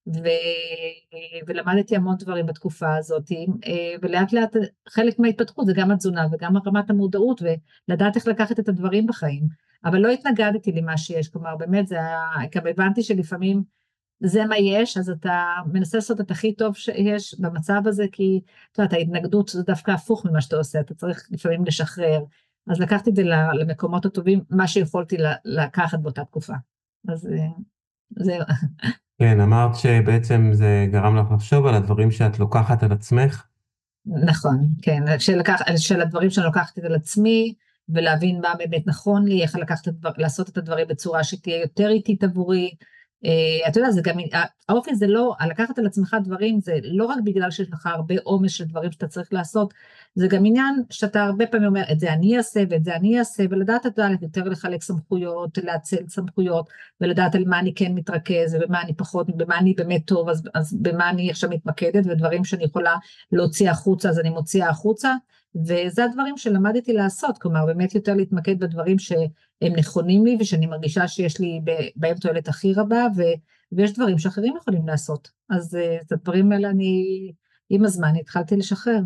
ולמדתי המון דברים בתקופה הזאת, ולאט לאט חלק מההתפתחות זה גם התזונה וגם רמת המודעות, ולדעת איך לקחת את הדברים בחיים, אבל לא התנגדתי למה שיש, כלומר באמת זה היה, גם הבנתי שלפעמים זה מה יש, אז אתה מנסה לעשות את הכי טוב שיש במצב הזה, כי אתה יודעת, ההתנגדות זה דווקא הפוך ממה שאתה עושה, אתה צריך לפעמים לשחרר, אז לקחתי את זה למקומות הטובים, מה שיכולתי לקחת באותה תקופה, אז זהו. כן, אמרת שבעצם זה גרם לך לחשוב על הדברים שאת לוקחת על עצמך. נכון, כן, של הדברים שאני לוקחת על עצמי, ולהבין מה באמת נכון לי, איך לעשות את הדברים בצורה שתהיה יותר איטית עבורי, אתה יודע, זה גם, האופי זה לא, לקחת על עצמך דברים, זה לא רק בגלל שיש לך הרבה עומס של דברים שאתה צריך לעשות, זה גם עניין שאתה הרבה פעמים אומר, את זה אני אעשה ואת זה אני אעשה, ולדעת אתה יותר לחלק סמכויות, להצל סמכויות, ולדעת על מה אני כן מתרכז, ובמה אני פחות, במה אני באמת טוב, אז במה אני עכשיו מתמקדת, ודברים שאני יכולה להוציא החוצה, אז אני מוציאה החוצה, וזה הדברים שלמדתי לעשות, כלומר, באמת יותר להתמקד בדברים הם נכונים לי, ושאני מרגישה שיש לי בהם תועלת הכי רבה, ויש דברים שאחרים יכולים לעשות. אז את הדברים האלה עם הזמן התחלתי לשחרר.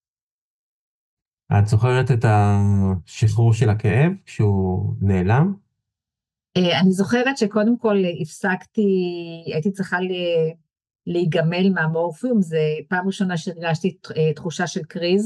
את זוכרת את השחרור של הכאב כשהוא נעלם? אני זוכרת שקודם כל הפסקתי, הייתי צריכה להיגמל מהמורפיום, זה פעם ראשונה שהרגשתי תחושה של קריז,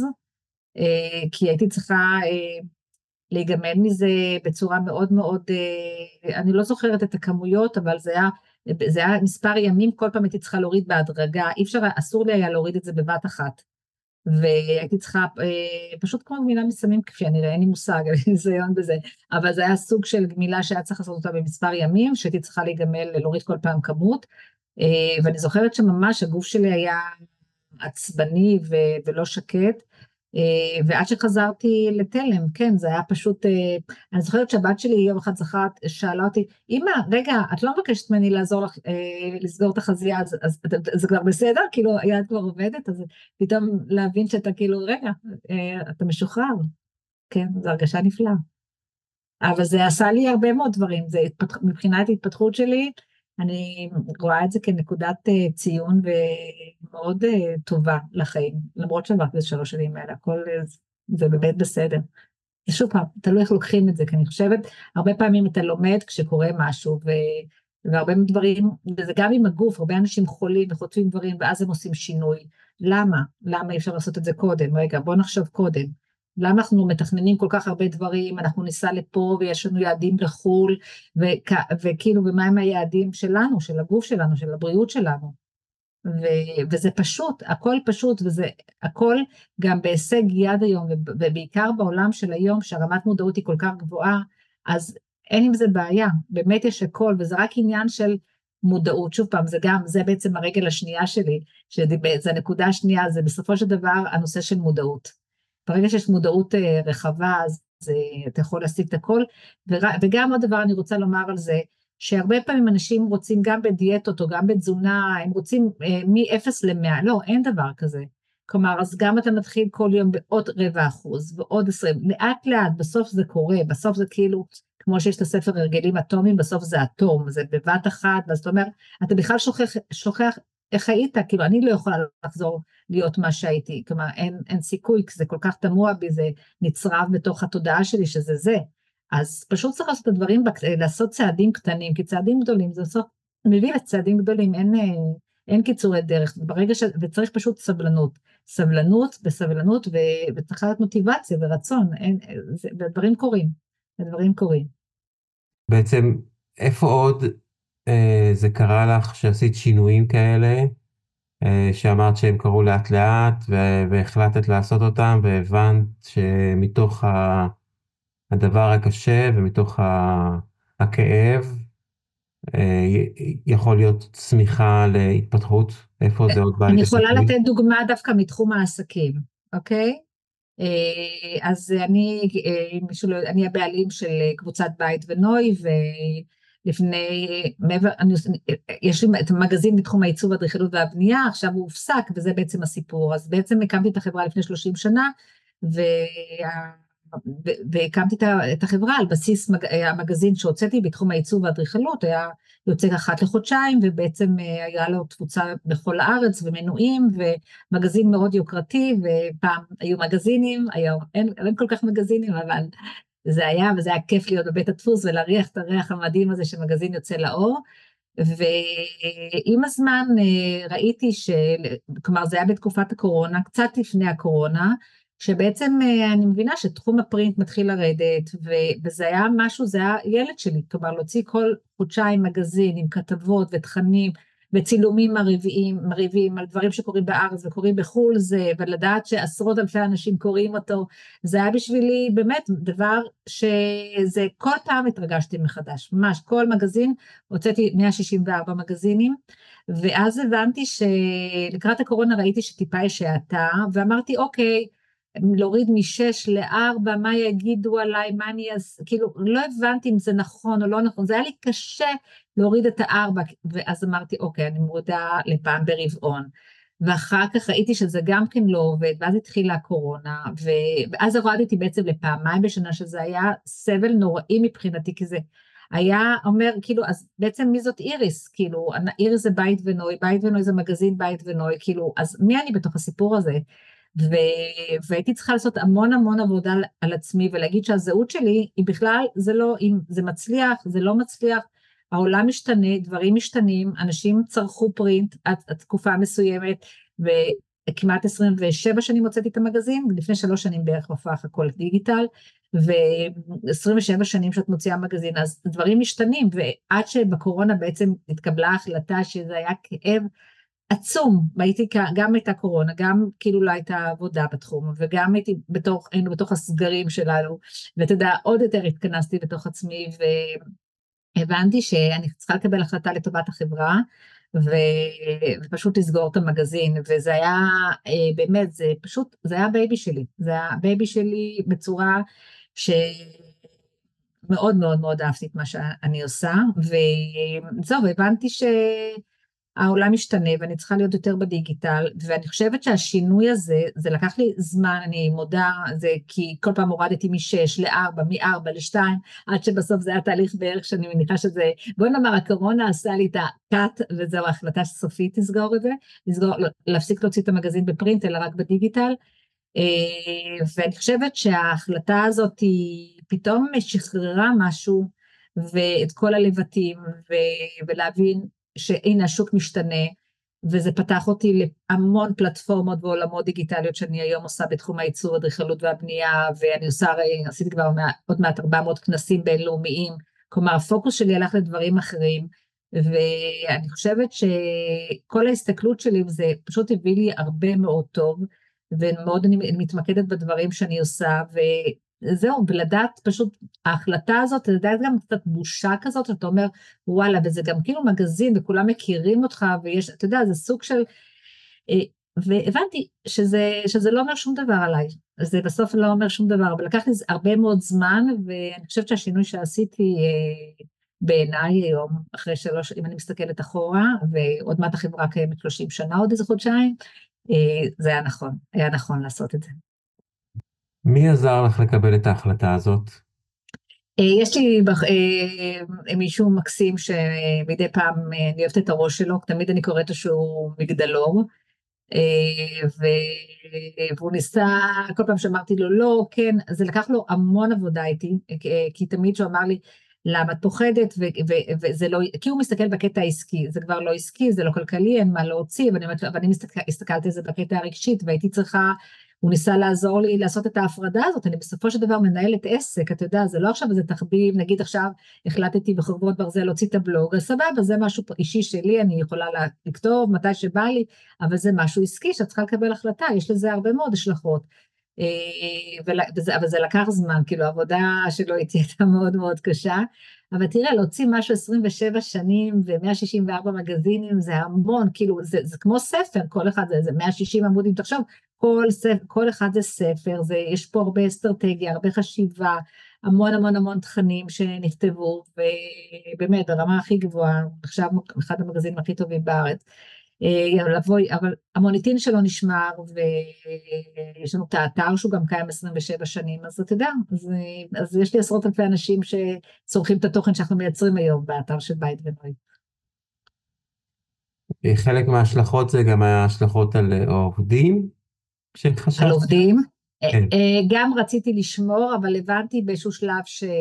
כי הייתי צריכה להיגמל מזה בצורה מאוד מאוד, אני לא זוכרת את הכמויות, אבל זה היה מספר ימים, כל פעם הייתי צריכה להוריד בהדרגה, אסור לי היה להוריד את זה בבת אחת, והייתי צריכה, פשוט כמו גמילה מסמים, כפי אני ראה, אין לי מושג, אין לי ניסיון בזה, אבל זה היה סוג של גמילה שהיה צריך לעשות אותה במספר ימים, שהייתי צריכה להיגמל, להוריד כל פעם כמות, ואני זוכרת שממש הגוף שלי היה עצבני ולא שקט, ועד שחזרתי לתלם, כן, זה היה פשוט, אני זוכרת שהבת שלי יום אחד שאלה אותי, אמא, רגע, את לא מבקשת ממני לעזור לך לסגור את החזייה, אז זה כבר בסדר? כאילו, היד כבר עובדת, אז פתאום להבין שאתה כאילו, רגע, אתה משוחרר, כן, זו הרגשה נפלאה. אבל זה עשה לי הרבה מאוד דברים, מבחינת ההתפתחות שלי, אני רואה את זה כנקודת ציון ומאוד טובה לחיים, למרות שעברתי את 3 שנים האלה, הכל זה באמת בסדר. שוב פעם, תלוי איך לוקחים את זה, כי אני חושבת, הרבה פעמים אתה לומד כשקורה משהו, והרבה דברים, וזה גם עם הגוף, הרבה אנשים חולים וחוטפים דברים, ואז הם עושים שינוי. למה? למה אי אפשר לעשות את זה קודם? רגע, בוא נחשוב קודם. למה אנחנו מתכננים כל כך הרבה דברים, אנחנו ניסע לפה ויש לנו יעדים לחול, וכאילו, ומה הם היעדים שלנו, של הגוף שלנו, של הבריאות שלנו. וזה פשוט, הכל פשוט, וזה הכל גם בהישג יד היום, ובעיקר בעולם של היום, שהרמת מודעות היא כל כך גבוהה, אז אין עם זה בעיה, באמת יש הכל, וזה רק עניין של מודעות, שוב פעם, זה בעצם הרגל השנייה שלי, שזה הנקודה השנייה, זה בסופו של דבר הנושא של מודעות. ברגע שיש מודעות רחבה, אז אתה יכול להשיג את הכל, וגם עוד דבר אני רוצה לומר על זה, שהרבה פעמים אנשים רוצים גם בדיאטות או גם בתזונה, הם רוצים מ-0 ל-100, לא, אין דבר כזה. כלומר, אז גם אתה מתחיל כל יום בעוד 0.25% ועוד 20, לאט לאט, בסוף זה קורה, בסוף זה כאילו, כמו שיש את הספר הרגלים אטומיים, בסוף זה אטום, זה בבת אחת, ואז אתה אומר, אתה בכלל שוכח איך היית, כאילו אני לא יכולה לחזור להיות מה שהייתי, כלומר אין סיכוי, כי זה כל כך תמוה בי, זה נצרב בתוך התודעה שלי שזה זה, אז פשוט צריך לעשות את הדברים, לעשות צעדים קטנים, כי צעדים גדולים זה מביא לצעדים גדולים, אין קיצורי דרך, וצריך פשוט סבלנות בסבלנות, וצריך להיות מוטיבציה ורצון, ודברים קורים. בעצם, איפה עוד זה קרה לך שעשית שינויים כאלה, שאמרת שהם קרו לאט לאט, והחלטת לעשות אותם, והבנת שמתוך הדבר הקשה ומתוך הכאב, יכול להיות צמיחה להתפתחות? איפה זה עוד בא אני לידי יכולה ביטוי? לתת דוגמה דווקא מתחום העסקים, אוקיי? אז אני הבעלים של קבוצת בית ונוי, יש לי את המגזין בתחום העיצוב, האדריכלות והבנייה, עכשיו הוא הופסק, וזה בעצם הסיפור. אז בעצם הקמתי את החברה לפני 30 שנה, והקמתי את החברה על בסיס המגזין שהוצאתי בתחום העיצוב והאדריכלות, היה יוצא אחת לחודשיים, ובעצם היה לו תפוצה בכל הארץ ומנויים, ומגזין מאוד יוקרתי, ופעם היו מגזינים, היום אין כל כך מגזינים, אבל זה היה, וזה היה כיף להיות בבית הדפוס, ולהריח את הריח המדהים הזה שמגזין יוצא לאור, ועם הזמן ראיתי כלומר זה היה בתקופת הקורונה, קצת לפני הקורונה, שבעצם אני מבינה שתחום הפרינט מתחיל לרדת, וזה היה משהו, זה היה ילד שלי, כלומר להוציא כל חודשיים מגזין עם כתבות ותכנים, וצילומים מרהיבים על דברים שקורים בארץ וקורים בחו"ל, ולדעת שעשרות אלפי אנשים קוראים אותו, זה היה בשבילי באמת דבר שזה כל פעם התרגשתי מחדש, ממש כל מגזין, הוצאתי 164 מגזינים, ואז הבנתי שלקראת הקורונה ראיתי שטיפה יש האטה, ואמרתי אוקיי, להוריד מ6 ל4, מה יגידו עליי, מה אני אעשה, כאילו לא הבנתי אם זה נכון או לא נכון, זה היה לי קשה להוריד את 4, ואז אמרתי אוקיי, אני מורידה לפעם ברבעון, ואחר כך ראיתי שזה גם כן לא עובד, ואז התחילה הקורונה, ואז הורדתי בעצם לפעמיים בשנה, שזה היה סבל נוראי מבחינתי, כי זה היה אומר, כאילו, אז בעצם מי זאת איריס? כאילו, איריס זה בית ונוי, בית ונוי זה מגזין בית ונוי, כאילו, אז מי אני בתוך הסיפור הזה? והייתי צריכה לעשות המון המון עבודה על עצמי, ולהגיד שהזהות שלי היא בכלל, זה לא, אם זה מצליח, זה לא מצליח, העולם משתנה, דברים משתנים, אנשים צרכו פרינט עד תקופה מסוימת, וכמעט 27 שנים הוצאתי את המגזין, לפני 3 שנים בערך הפך הכל דיגיטל, ו27 שנים שאת מוציאה מגזין, אז דברים משתנים, ועד שבקורונה בעצם התקבלה החלטה שזה היה כאב עצום, והייתי גם הייתה קורונה, גם כאילו לא הייתה עבודה בתחום, וגם היינו בתוך הסגרים שלנו, ואתה יודע, עוד יותר התכנסתי בתוך עצמי, והבנתי שאני צריכה לקבל החלטה לטובת החברה, ופשוט לסגור את המגזין, וזה היה באמת, זה פשוט, זה היה בייבי שלי, זה היה בייבי שלי בצורה שמאוד מאוד מאוד אהבתי את מה שאני עושה, וזהו, והבנתי העולם משתנה ואני צריכה להיות יותר בדיגיטל, ואני חושבת שהשינוי הזה, זה לקח לי זמן, אני מודה, זה כי כל פעם הורדתי מ6 ל4, מ4 ל2, עד שבסוף זה היה תהליך בערך שאני מניחה שזה, בואי נאמר, הקורונה עשה לי את הקאט, וזו ההחלטה סופית תסגור את זה, להפסיק להוציא את המגזין בפרינט, אלא רק בדיגיטל, ואני חושבת שההחלטה הזאת היא פתאום משחררה משהו, ואת כל הלבטים, ולהבין, שהנה השוק משתנה, וזה פתח אותי להמון פלטפורמות ועולמות דיגיטליות שאני היום עושה בתחום הייצור, אדריכלות והבנייה, ואני עשיתי כבר עוד מעט 400 כנסים בינלאומיים, כלומר הפוקוס שלי הלך לדברים אחרים, ואני חושבת שכל ההסתכלות שלי זה פשוט הביא לי הרבה מאוד טוב, ומאוד אני מתמקדת בדברים שאני עושה, זהו, ולדעת פשוט, ההחלטה הזאת, לדעת גם קצת בושה כזאת, שאתה אומר, וואלה, וזה גם כאילו מגזין, וכולם מכירים אותך, ויש, אתה יודע, זה סוג של, והבנתי שזה לא אומר שום דבר עליי, זה בסוף לא אומר שום דבר, אבל לקח לי הרבה מאוד זמן, ואני חושבת שהשינוי שעשיתי בעיניי היום, אחרי 3, אם אני מסתכלת אחורה, ועוד מעט החברה קיימת 30 שנה, עוד איזה חודשיים, זה היה נכון לעשות את זה. מי עזר לך לקבל את ההחלטה הזאת? יש לי מישהו מקסים שמדי פעם אני אוהבת את הראש שלו, תמיד אני קוראת לו שהוא מגדלור, והוא ניסה, כל פעם שאמרתי לו לא, כן, זה לקח לו המון עבודה איתי, כי תמיד שהוא אמר לי, למה את פוחדת, וזה לא, כי הוא מסתכל בקטע העסקי, זה כבר לא עסקי, זה לא כלכלי, אין מה להוציא, ואני הסתכלתי על זה בקטע הרגשית, והייתי צריכה, הוא ניסה לעזור לי לעשות את ההפרדה הזאת, אני בסופו של דבר מנהלת עסק, אתה יודע, זה לא עכשיו איזה תחביב, נגיד עכשיו החלטתי בחברות ברזל להוציא את הבלוג, אז סבבה, זה משהו אישי שלי, אני יכולה לכתוב מתי שבא לי, אבל זה משהו עסקי שאת צריכה לקבל החלטה, יש לזה הרבה מאוד השלכות, אבל זה לקח זמן, כאילו העבודה שלו איתי הייתה מאוד מאוד קשה, אבל תראה, להוציא משהו 27 שנים ו164 מגזינים, זה המון, כאילו זה כמו ספר, כל אחד זה 160 עמודים, תחשוב, כל אחד זה ספר, יש פה הרבה אסטרטגיה, הרבה חשיבה, המון המון המון תכנים שנכתבו, ובאמת, ברמה הכי גבוהה, עכשיו אחד המגזינים הכי טובים בארץ, אבל המוניטין שלו נשמר, ויש לנו את האתר שהוא גם קיים 27 שנים, אז אתה יודע, אז יש לי עשרות אלפי אנשים שצורכים את התוכן שאנחנו מייצרים היום באתר של בית ונוי. חלק מההשלכות זה גם ההשלכות על עובדים? על עובדים, כן. גם רציתי לשמור, אבל הבנתי באיזשהו שלב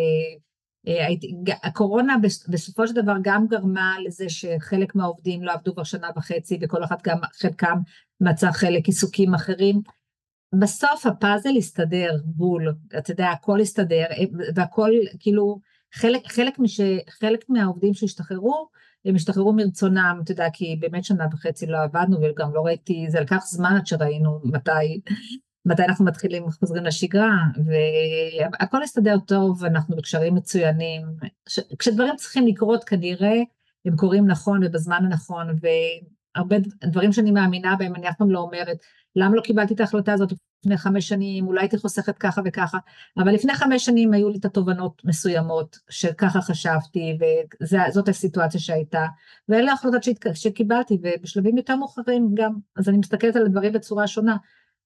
הקורונה בסופו של דבר גם גרמה לזה שחלק מהעובדים לא עבדו כבר 1.5 שנה, וכל אחד גם חלקם מצא חלק עיסוקים אחרים. בסוף הפאזל הסתדר בול, אתה יודע, הכל הסתדר, והכל כאילו חלק מהעובדים שהשתחררו, הם השתחררו מרצונם, אתה יודע, כי באמת שנה וחצי לא עבדנו, וגם לא ראיתי, זה לקח זמן עד שראינו מתי אנחנו מתחילים, חוזרים לשגרה, והכל הסתדר טוב, אנחנו בקשרים מצוינים, כשדברים צריכים לקרות כנראה, הם קורים נכון ובזמן הנכון, והרבה דברים שאני מאמינה בהם, אני אף פעם לא אומרת, למה לא קיבלתי את ההחלטה הזאת לפני 5 שנים, אולי הייתי חוסכת ככה וככה, אבל לפני 5 שנים היו לי את התובנות מסוימות, שככה חשבתי, וזאת הסיטואציה שהייתה, ואלה ההחלטות שקיבלתי, ובשלבים יותר מאוחרים גם, אז אני מסתכלת על הדברים בצורה שונה,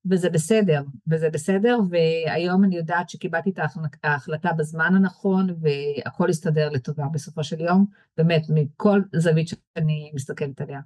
וזה בסדר, והיום אני יודעת שקיבלתי את ההחלטה בזמן הנכון, והכל הסתדר לטובה בסופו של יום, באמת, מכל זווית שאני מסתכלת עליה.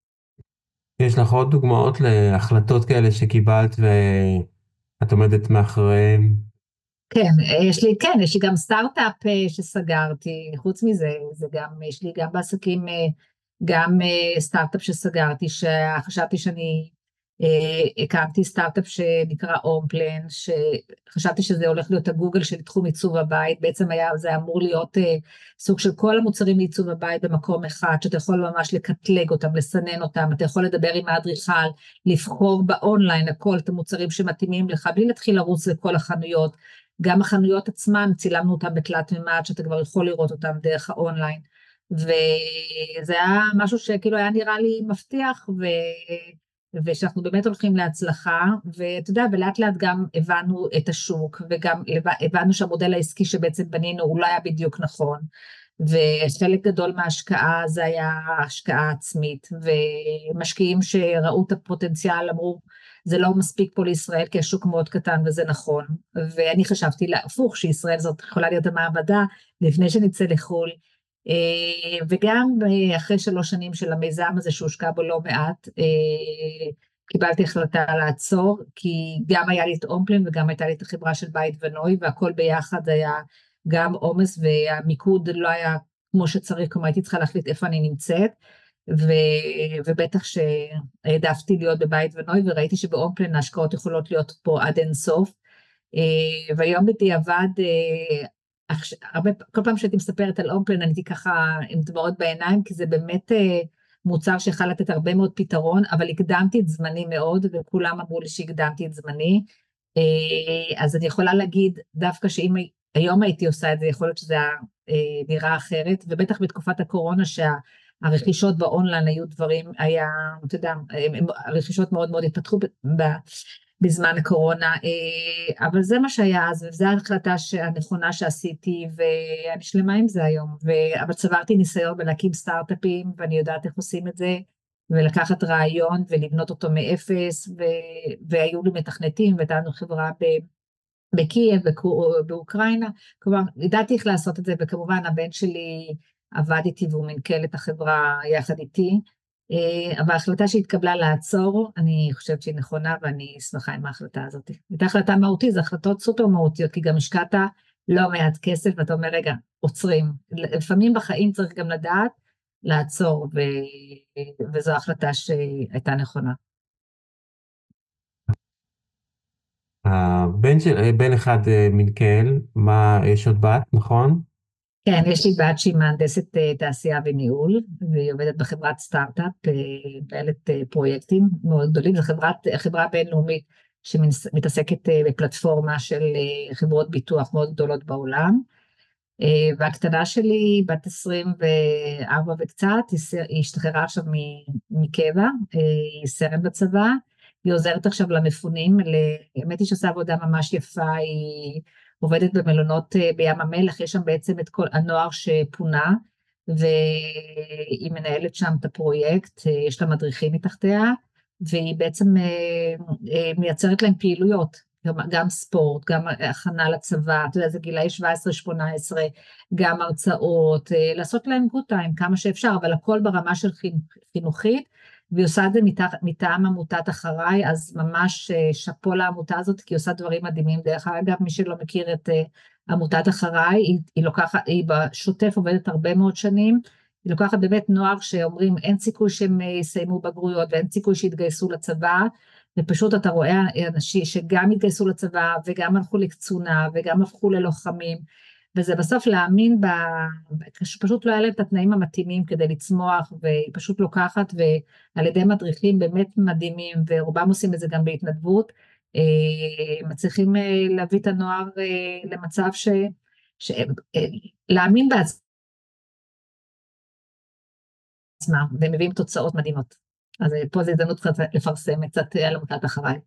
יש לך עוד דוגמאות להחלטות כאלה שקיבלת ואת עומדת מאחוריהן? כן, יש לי גם סטארט-אפ שסגרתי, חוץ מזה, יש לי גם בעסקים, גם סטארט-אפ שסגרתי, שחשבתי שאני הקמתי סטארט-אפ שנקרא אומפלן, שחשבתי שזה הולך להיות הגוגל של תחום עיצוב הבית, בעצם זה אמור להיות סוג של כל המוצרים לעיצוב הבית במקום אחד, שאתה יכול ממש לקטלג אותם, לסנן אותם, אתה יכול לדבר עם האדריכל, לבחור באונליין הכל את המוצרים שמתאימים לך, בלי להתחיל לרוץ לכל החנויות, גם החנויות עצמן, צילמנו אותם בתלת מימד, שאתה כבר יכול לראות אותם דרך האונליין, וזה היה משהו שכאילו היה נראה לי מבטיח, ושאנחנו באמת הולכים להצלחה, ואתה יודע, ולאט לאט גם הבנו את השוק, וגם הבנו שהמודל העסקי שבעצם בנינו, הוא לא היה בדיוק נכון, וחלק גדול מההשקעה זה היה השקעה עצמית, ומשקיעים שראו את הפוטנציאל אמרו, זה לא מספיק פה לישראל, כי השוק מאוד קטן וזה נכון, ואני חשבתי להפוך, שישראל זאת יכולה להיות המעבדה, לפני שנצא לחול, וגם אחרי 3 שנים של המיזם הזה שהושקע בו לא מעט, קיבלתי החלטה לעצור, כי גם היה לי את אומפלן וגם הייתה לי את החברה של בית ונוי, והכל ביחד היה גם עומס, והמיקוד לא היה כמו שצריך, כמו הייתי צריכה להחליט איפה אני נמצאת, ובטח שהעדפתי להיות בבית ונוי, וראיתי שבאומפלן ההשקעות יכולות להיות פה עד אין סוף, והיום בדיעבד, כל פעם שהייתי מספרת על אומפלן, אני הייתי ככה עם דמעות בעיניים, כי זה באמת מוצר שיכול לתת הרבה מאוד פתרון, אבל הקדמתי את זמני מאוד, וכולם אמרו לי שהקדמתי את זמני, אז אני יכולה להגיד דווקא שאם היום הייתי עושה את זה, יכול להיות שזה נראה אחרת, ובטח בתקופת הקורונה שהרכישות באונליין היו דברים, היה, אתה יודע, הרכישות מאוד מאוד התפתחו בזמן הקורונה, אבל זה מה שהיה אז, וזו ההחלטה הנכונה שעשיתי, ואני שלמה עם זה היום, אבל צברתי ניסיון בלהקים סטארט-אפים, ואני יודעת איך עושים את זה, ולקחת רעיון ולבנות אותו מאפס, והיו לי מתכנתים, והייתה לנו חברה בקייב, באוקראינה, כלומר, ידעתי איך לעשות את זה, וכמובן הבן שלי עבד איתי, והוא מנכ"ל את החברה יחד איתי, אבל ההחלטה שהתקבלה לעצור, אני חושבת שהיא נכונה, ואני שמחה עם ההחלטה הזאת. הייתה החלטה מהותית, זה החלטות סופר מהותיות, כי גם השקעת לא מעט כסף, ואתה אומר, רגע, עוצרים. לפעמים בחיים צריך גם לדעת לעצור, וזו החלטה שהייתה נכונה. בן אחד מנכ"ל, יש עוד בת, נכון? כן, יש לי בת שהיא מהנדסת תעשייה וניהול, והיא עובדת בחברת סטארט-אפ, בעלת פרויקטים מאוד גדולים, זו חברה בינלאומית שמתעסקת בפלטפורמה של חברות ביטוח מאוד גדולות בעולם, והקטנה שלי, בת 24 וקצת, היא השתחררה עכשיו מקבע, היא סרן בצבא, היא עוזרת עכשיו למפונים, האמת היא שעושה עבודה ממש יפה, היא עובדת במלונות בים המלח, יש שם בעצם את כל הנוער שפונה, והיא מנהלת שם את הפרויקט, יש לה מדריכים מתחתיה, והיא בעצם מייצרת להם פעילויות, גם ספורט, גם הכנה לצבא, אתה יודע, זה גילאי 17-18, גם הרצאות, לעשות להם גוד טיים כמה שאפשר, אבל הכל ברמה של חינוכית, והיא עושה את זה מטעם עמותת אחריי, אז ממש שפו לעמותה הזאת, כי היא עושה דברים מדהימים, דרך אגב, מי שלא מכיר את עמותת אחריי, היא בשוטף עובדת הרבה מאוד שנים, היא לוקחת באמת נוער שאומרים, אין סיכוי שהם יסיימו בגרויות, ואין סיכוי שיתגייסו לצבא, ופשוט אתה רואה אנשים שגם התגייסו לצבא, וגם הלכו לקצונה, וגם הפכו ללוחמים, וזה בסוף להאמין פשוט לא היה להם את התנאים המתאימים כדי לצמוח, והיא פשוט לוקחת, ועל ידי מדריכים באמת מדהימים, ורובם עושים את זה גם בהתנדבות, מצליחים להביא את הנוער למצב להאמין בעצמם, והם מביאים תוצאות מדהימות. אז פה זו הזדמנות קצת לפרסם קצת על עמותת אחריי.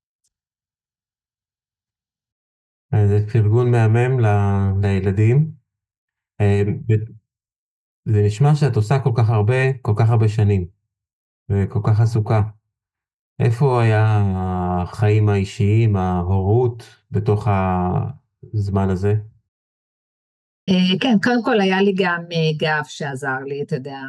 זה פרגון מהמם לילדים. זה נשמע שאת עושה כל כך הרבה שנים, וכל כך עסוקה. איפה היה החיים האישיים, ההורות, בתוך הזמן הזה? כן, קודם כל היה לי גם גב שעזר לי, אתה יודע,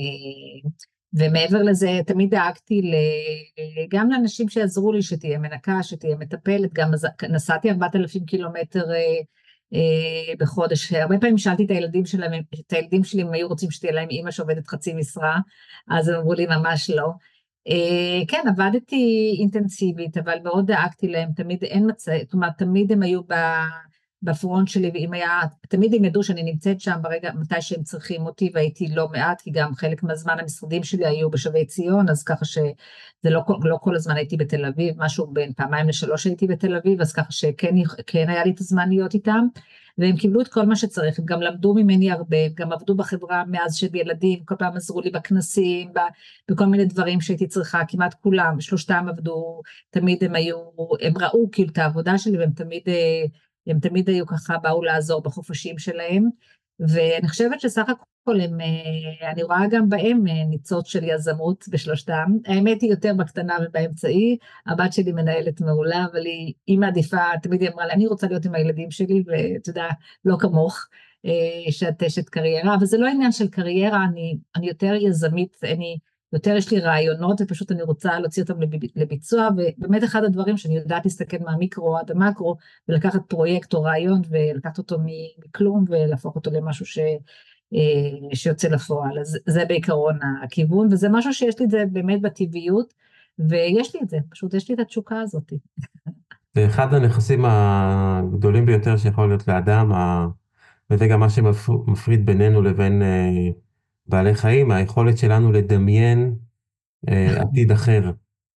ומעבר לזה תמיד דאגתי גם לאנשים שעזרו לי, שתהיה מנקה, שתהיה מטפלת, גם נסעתי 4,000 קילומטר בחודש, הרבה פעמים שאלתי את הילדים שלי אם היו רוצים שתהיה להם אמא שעובדת חצי משרה, אז הם אמרו לי ממש לא. כן, עבדתי אינטנסיבית, אבל מאוד דאגתי להם, תמיד זאת אומרת, תמיד הם היו בפרונט שלי, ואם היה, תמיד הם ידעו שאני נמצאת שם ברגע, מתי שהם צריכים אותי, והייתי לא מעט, כי גם חלק מהזמן המשרדים שלי היו בשבי ציון, אז ככה שזה לא כל הזמן הייתי בתל אביב, משהו בין 2-3 הייתי בתל אביב, אז ככה שכן היה לי את הזמן להיות איתם, והם קיבלו את כל מה שצריך, הם גם למדו ממני הרבה, הם גם עבדו בחברה מאז שילדים, כל פעם עזרו לי בכנסים, בכל מיני דברים שהייתי צריכה, כמעט כולם, שלושתם עבדו, תמיד הם ראו כאילו את העבודה שלי, והם תמיד היו ככה, באו לעזור בחופשים שלהם, ואני חושבת שסך הכל אני רואה גם בהם ניצוץ של יזמות בשלושתם, האמת היא יותר בקטנה ובאמצעי, הבת שלי מנהלת מעולה, אבל היא מעדיפה, תמיד היא אמרה לה, אני רוצה להיות עם הילדים שלי, ואתה יודע, לא כמוך, שאת אשת קריירה, אבל זה לא עניין של קריירה, אני יותר יזמית, יותר יש לי רעיונות, ופשוט אני רוצה להוציא אותם לביצוע, ובאמת אחד הדברים שאני יודעת להסתכל מהמיקרו עד המקרו, ולקחת פרויקט או רעיון, ולקחת אותו מכלום, ולהפוך אותו למשהו שיוצא לפועל. אז זה בעיקרון הכיוון, וזה משהו שיש לי את זה באמת בטבעיות, ויש לי את זה, פשוט יש לי את התשוקה הזאת. זה אחד הנכסים הגדולים ביותר שיכול להיות לאדם, וזה גם מה שמפריד בינינו לבין בעלי חיים, היכולת שלנו לדמיין עתיד אחר.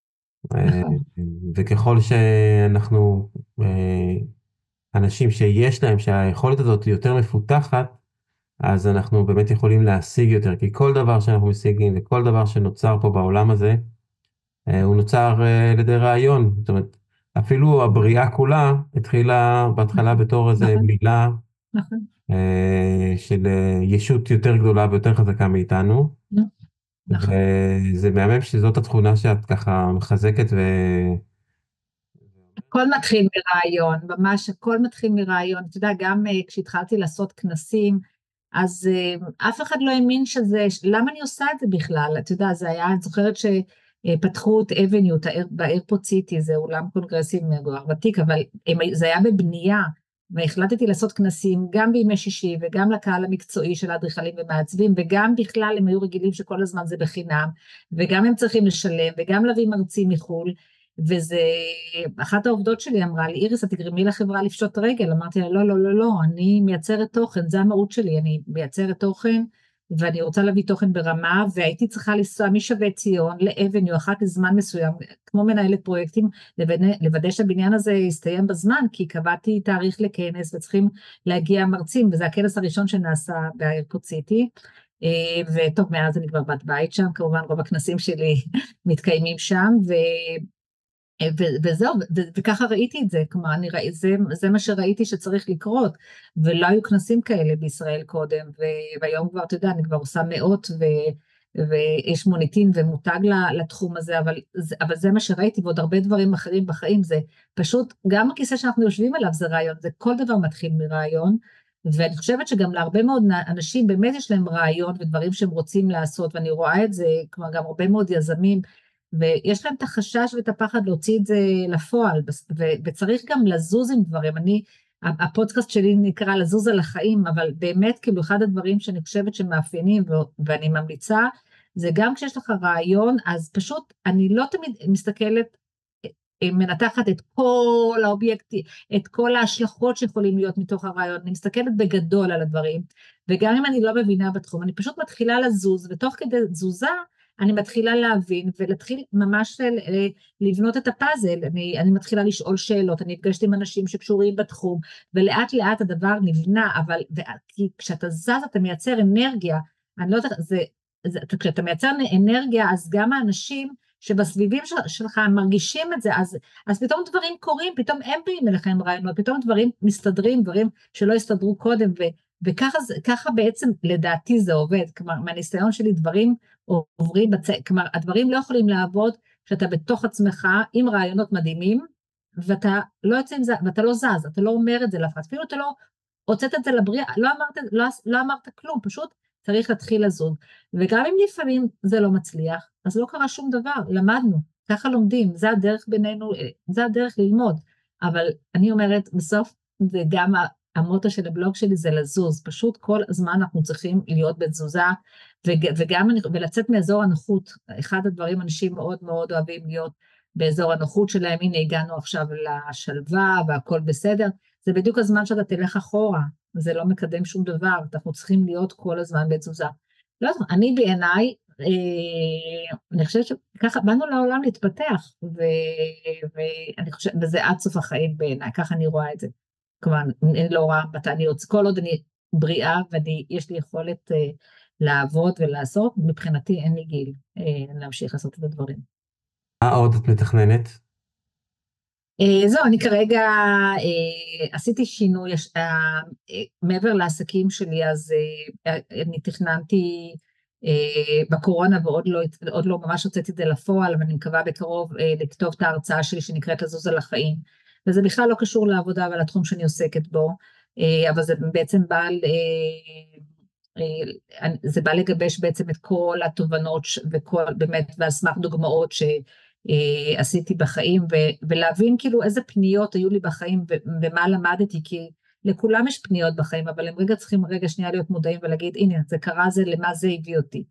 וככל שאנחנו אנשים שיש להם, שהיכולת הזאת היא יותר מפותחת, אז אנחנו באמת יכולים להשיג יותר, כי כל דבר שאנחנו משיגים וכל דבר שנוצר פה בעולם הזה, הוא נוצר על ידי רעיון. זאת אומרת, אפילו הבריאה כולה התחילה בהתחלה בתור איזו מילה של ישות יותר גדולה ויותר חזקה מאיתנו. וזה מהמם שזאת התכונה שאת ככה מחזקת הכל מתחיל מרעיון, ממש הכל מתחיל מרעיון. אתה יודע, גם כשהתחלתי לעשות כנסים, אז אף אחד לא האמין למה אני עושה את זה בכלל? אתה יודע, זה היה, אני זוכרת שפתחו את אבניו, באיירפורט סיטי, זה אולם קונגרסים ותיק, אבל זה היה בבנייה, והחלטתי לעשות כנסים גם בימי שישי, וגם לקהל המקצועי של האדריכלים ומעצבים, וגם בכלל הם היו רגילים שכל הזמן זה בחינם, וגם הם צריכים לשלם, וגם להביא מרצים מחול, וזה, אחת העובדות שלי אמרה לי, איריס, את תגרמי לחברה לפשוט רגל, אמרתי לה, לא, לא, לא, לא, אני מייצרת תוכן, זה המהות שלי, אני מייצרת תוכן, ואני רוצה להביא תוכן ברמה, והייתי צריכה לנסוע משבי ציון לאבניו, אחת לזמן מסוים, כמו מנהלת פרויקטים, לוודא שהבניין הזה יסתיים בזמן, כי קבעתי תאריך לכנס, וצריכים להגיע מרצים, וזה הכנס הראשון שנעשה באיירפורט סיטי, וטוב, מאז אני כבר בת בית שם, כמובן רוב הכנסים שלי מתקיימים שם, וזהו, וככה ראיתי את זה, כלומר, זה מה שראיתי שצריך לקרות, ולא היו כנסים כאלה בישראל קודם, והיום כבר, אתה יודע, אני כבר עושה מאות, ויש מוניטין ומותג לתחום הזה, אבל זה מה שראיתי, ועוד הרבה דברים אחרים בחיים, זה פשוט, גם הכיסא שאנחנו יושבים עליו זה רעיון, זה כל דבר מתחיל מרעיון, ואני חושבת שגם להרבה מאוד אנשים, באמת יש להם רעיון, ודברים שהם רוצים לעשות, ואני רואה את זה, כלומר, גם הרבה מאוד יזמים, ויש להם את החשש ואת הפחד להוציא את זה לפועל, וצריך גם לזוז עם דברים. הפודקאסט שלי נקרא לזוז על החיים, אבל באמת כאילו אחד הדברים שאני חושבת שמאפיינים, ואני ממליצה, זה גם כשיש לך רעיון, אז פשוט אני לא תמיד מסתכלת מנתחת את כל האובייקטים, את כל ההשלכות שיכולים להיות מתוך הרעיון, אני מסתכלת בגדול על הדברים, וגם אם אני לא מבינה בתחום, אני פשוט מתחילה לזוז, ותוך כדי תזוזה, אני מתחילה להבין, ולהתחיל ממש לבנות את הפאזל, אני מתחילה לשאול שאלות, אני נפגשת עם אנשים שקשורים בתחום, ולאט לאט הדבר נבנה, אבל כי כשאתה זז אתה מייצר אנרגיה, אני לא יודעת, כשאתה מייצר אנרגיה, אז גם האנשים שבסביבים שלך מרגישים את זה, אז פתאום דברים קורים, פתאום הם באים אליכם רעיונות, פתאום דברים מסתדרים, דברים שלא הסתדרו קודם, וככה בעצם לדעתי זה עובד, כלומר מהניסיון שלי דברים עוברים, כלומר הדברים לא יכולים לעבוד כשאתה בתוך עצמך עם רעיונות מדהימים, ואתה לא יוצא עם זה, ואתה לא זז, אתה לא אומר את זה לאף אחד, אפילו אתה לא הוצאת את זה לבריאה, לא אמרת כלום, פשוט צריך להתחיל לזוז, וגם אם לפעמים זה לא מצליח, אז לא קרה שום דבר, למדנו, ככה לומדים, זה הדרך בינינו, זה הדרך ללמוד, אבל אני אומרת, בסוף זה גם המוטו של הבלוג שלי זה לזוז, פשוט כל הזמן אנחנו צריכים להיות בתזוזה, ולצאת מאזור הנוחות, אחד הדברים אנשים מאוד מאוד אוהבים להיות באזור הנוחות שלהם, הנה הגענו עכשיו לשלווה והכל בסדר, זה בדיוק הזמן שאתה תלך אחורה, זה לא מקדם שום דבר, אנחנו צריכים להיות כל הזמן בתזוזה. לא יודעת, אני בעיניי, אני חושבת שככה באנו לעולם להתפתח, ואני חושבת, וזה עד סוף החיים בעיניי, ככה אני רואה את זה. כלומר, אני לא רואה מתי אני רוצה, כל עוד אני בריאה, ויש לי יכולת לעבוד ולעשות, מבחינתי אין לי גיל להמשיך לעשות את הדברים. מה עוד את מתכננת? זהו, אני כרגע עשיתי שינוי, מעבר לעסקים שלי, אז אני תכננתי בקורונה, ועוד לא ממש הוצאתי את זה לפועל, אבל אני מקווה בקרוב לכתוב את ההרצאה שלי שנקראת לזוז על החיים, וזה בכלל לא קשור לעבודה ולתחום שאני עוסקת בו, אבל זה בעצם זה בא לגבש בעצם את כל התובנות, וכל באמת, ועל סמך דוגמאות עשיתי בחיים, ולהבין כאילו איזה פניות היו לי בחיים, ומה למדתי, כי לכולם יש פניות בחיים, אבל הם רגע צריכים רגע שנייה להיות מודעים, ולהגיד, הנה, זה קרה, זה למה זה הביא אותי.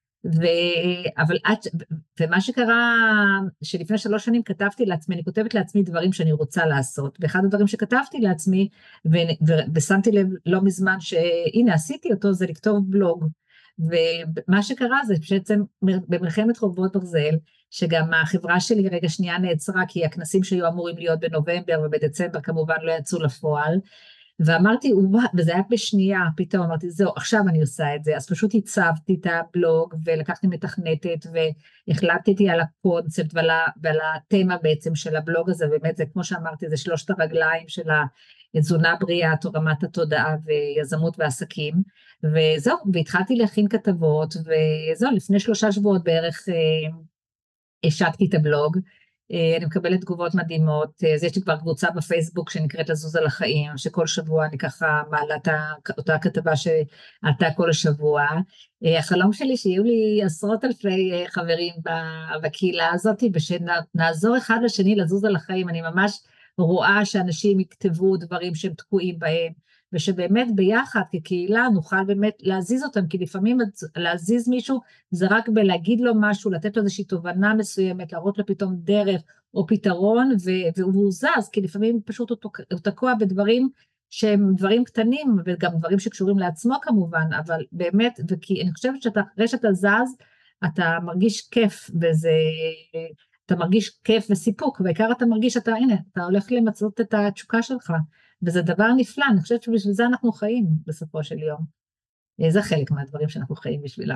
ומה שקרה, שלפני 3 שנים כתבתי לעצמי, אני כותבת לעצמי דברים שאני רוצה לעשות, ואחד הדברים שכתבתי לעצמי, ושמתי לב לא מזמן שהנה עשיתי אותו, זה לכתוב בלוג, ומה שקרה זה בעצם במלחמת חרבות ברזל, שגם החברה שלי רגע שנייה נעצרה, כי הכנסים שהיו אמורים להיות בנובמבר ובדצמבר כמובן לא יצאו לפועל, ואמרתי, וזה היה בשנייה, פתאום אמרתי, זהו, עכשיו אני עושה את זה, אז פשוט הצבתי את הבלוג, ולקחתי מתכנתת, והחלטתי על הקונספט, ועל התמה בעצם של הבלוג הזה, באמת זה, כמו שאמרתי, זה 3 הרגליים של התזונה בריאה, רמת התודעה, ויזמות ועסקים, וזהו, והתחלתי להכין כתבות, וזהו, לפני 3 שבועות בערך, השקתי את הבלוג, אני מקבלת תגובות מדהימות, אז יש לי כבר קבוצה בפייסבוק שנקראת לזוז על החיים, שכל שבוע אני ככה מעלה אותה כתבה שעלתה כל השבוע, החלום שלי שיהיו לי 10,000 חברים בקהילה הזאת, ושנעזור אחד לשני לזוז על החיים, אני ממש רואה שאנשים יכתבו דברים שהם תקועים בהם, ושבאמת ביחד כקהילה נוכל באמת להזיז אותם, כי לפעמים להזיז מישהו זה רק בלהגיד לו משהו, לתת לו איזושהי תובנה מסוימת, להראות לו פתאום דרך או פתרון, והוא זז, כי לפעמים פשוט הוא תקוע בדברים שהם דברים קטנים, וגם דברים שקשורים לעצמו כמובן, אבל באמת, וכי אני חושבת שאחרי שאתה זז, אתה מרגיש כיף, אתה מרגיש כיף וסיפוק, בעיקר אתה מרגיש שאתה, הנה, אתה הולך למצות את התשוקה שלך, וזה דבר נפלא, אני חושבת שבשביל זה אנחנו חיים בסופו של יום. זה חלק מהדברים שאנחנו חיים בשבילם.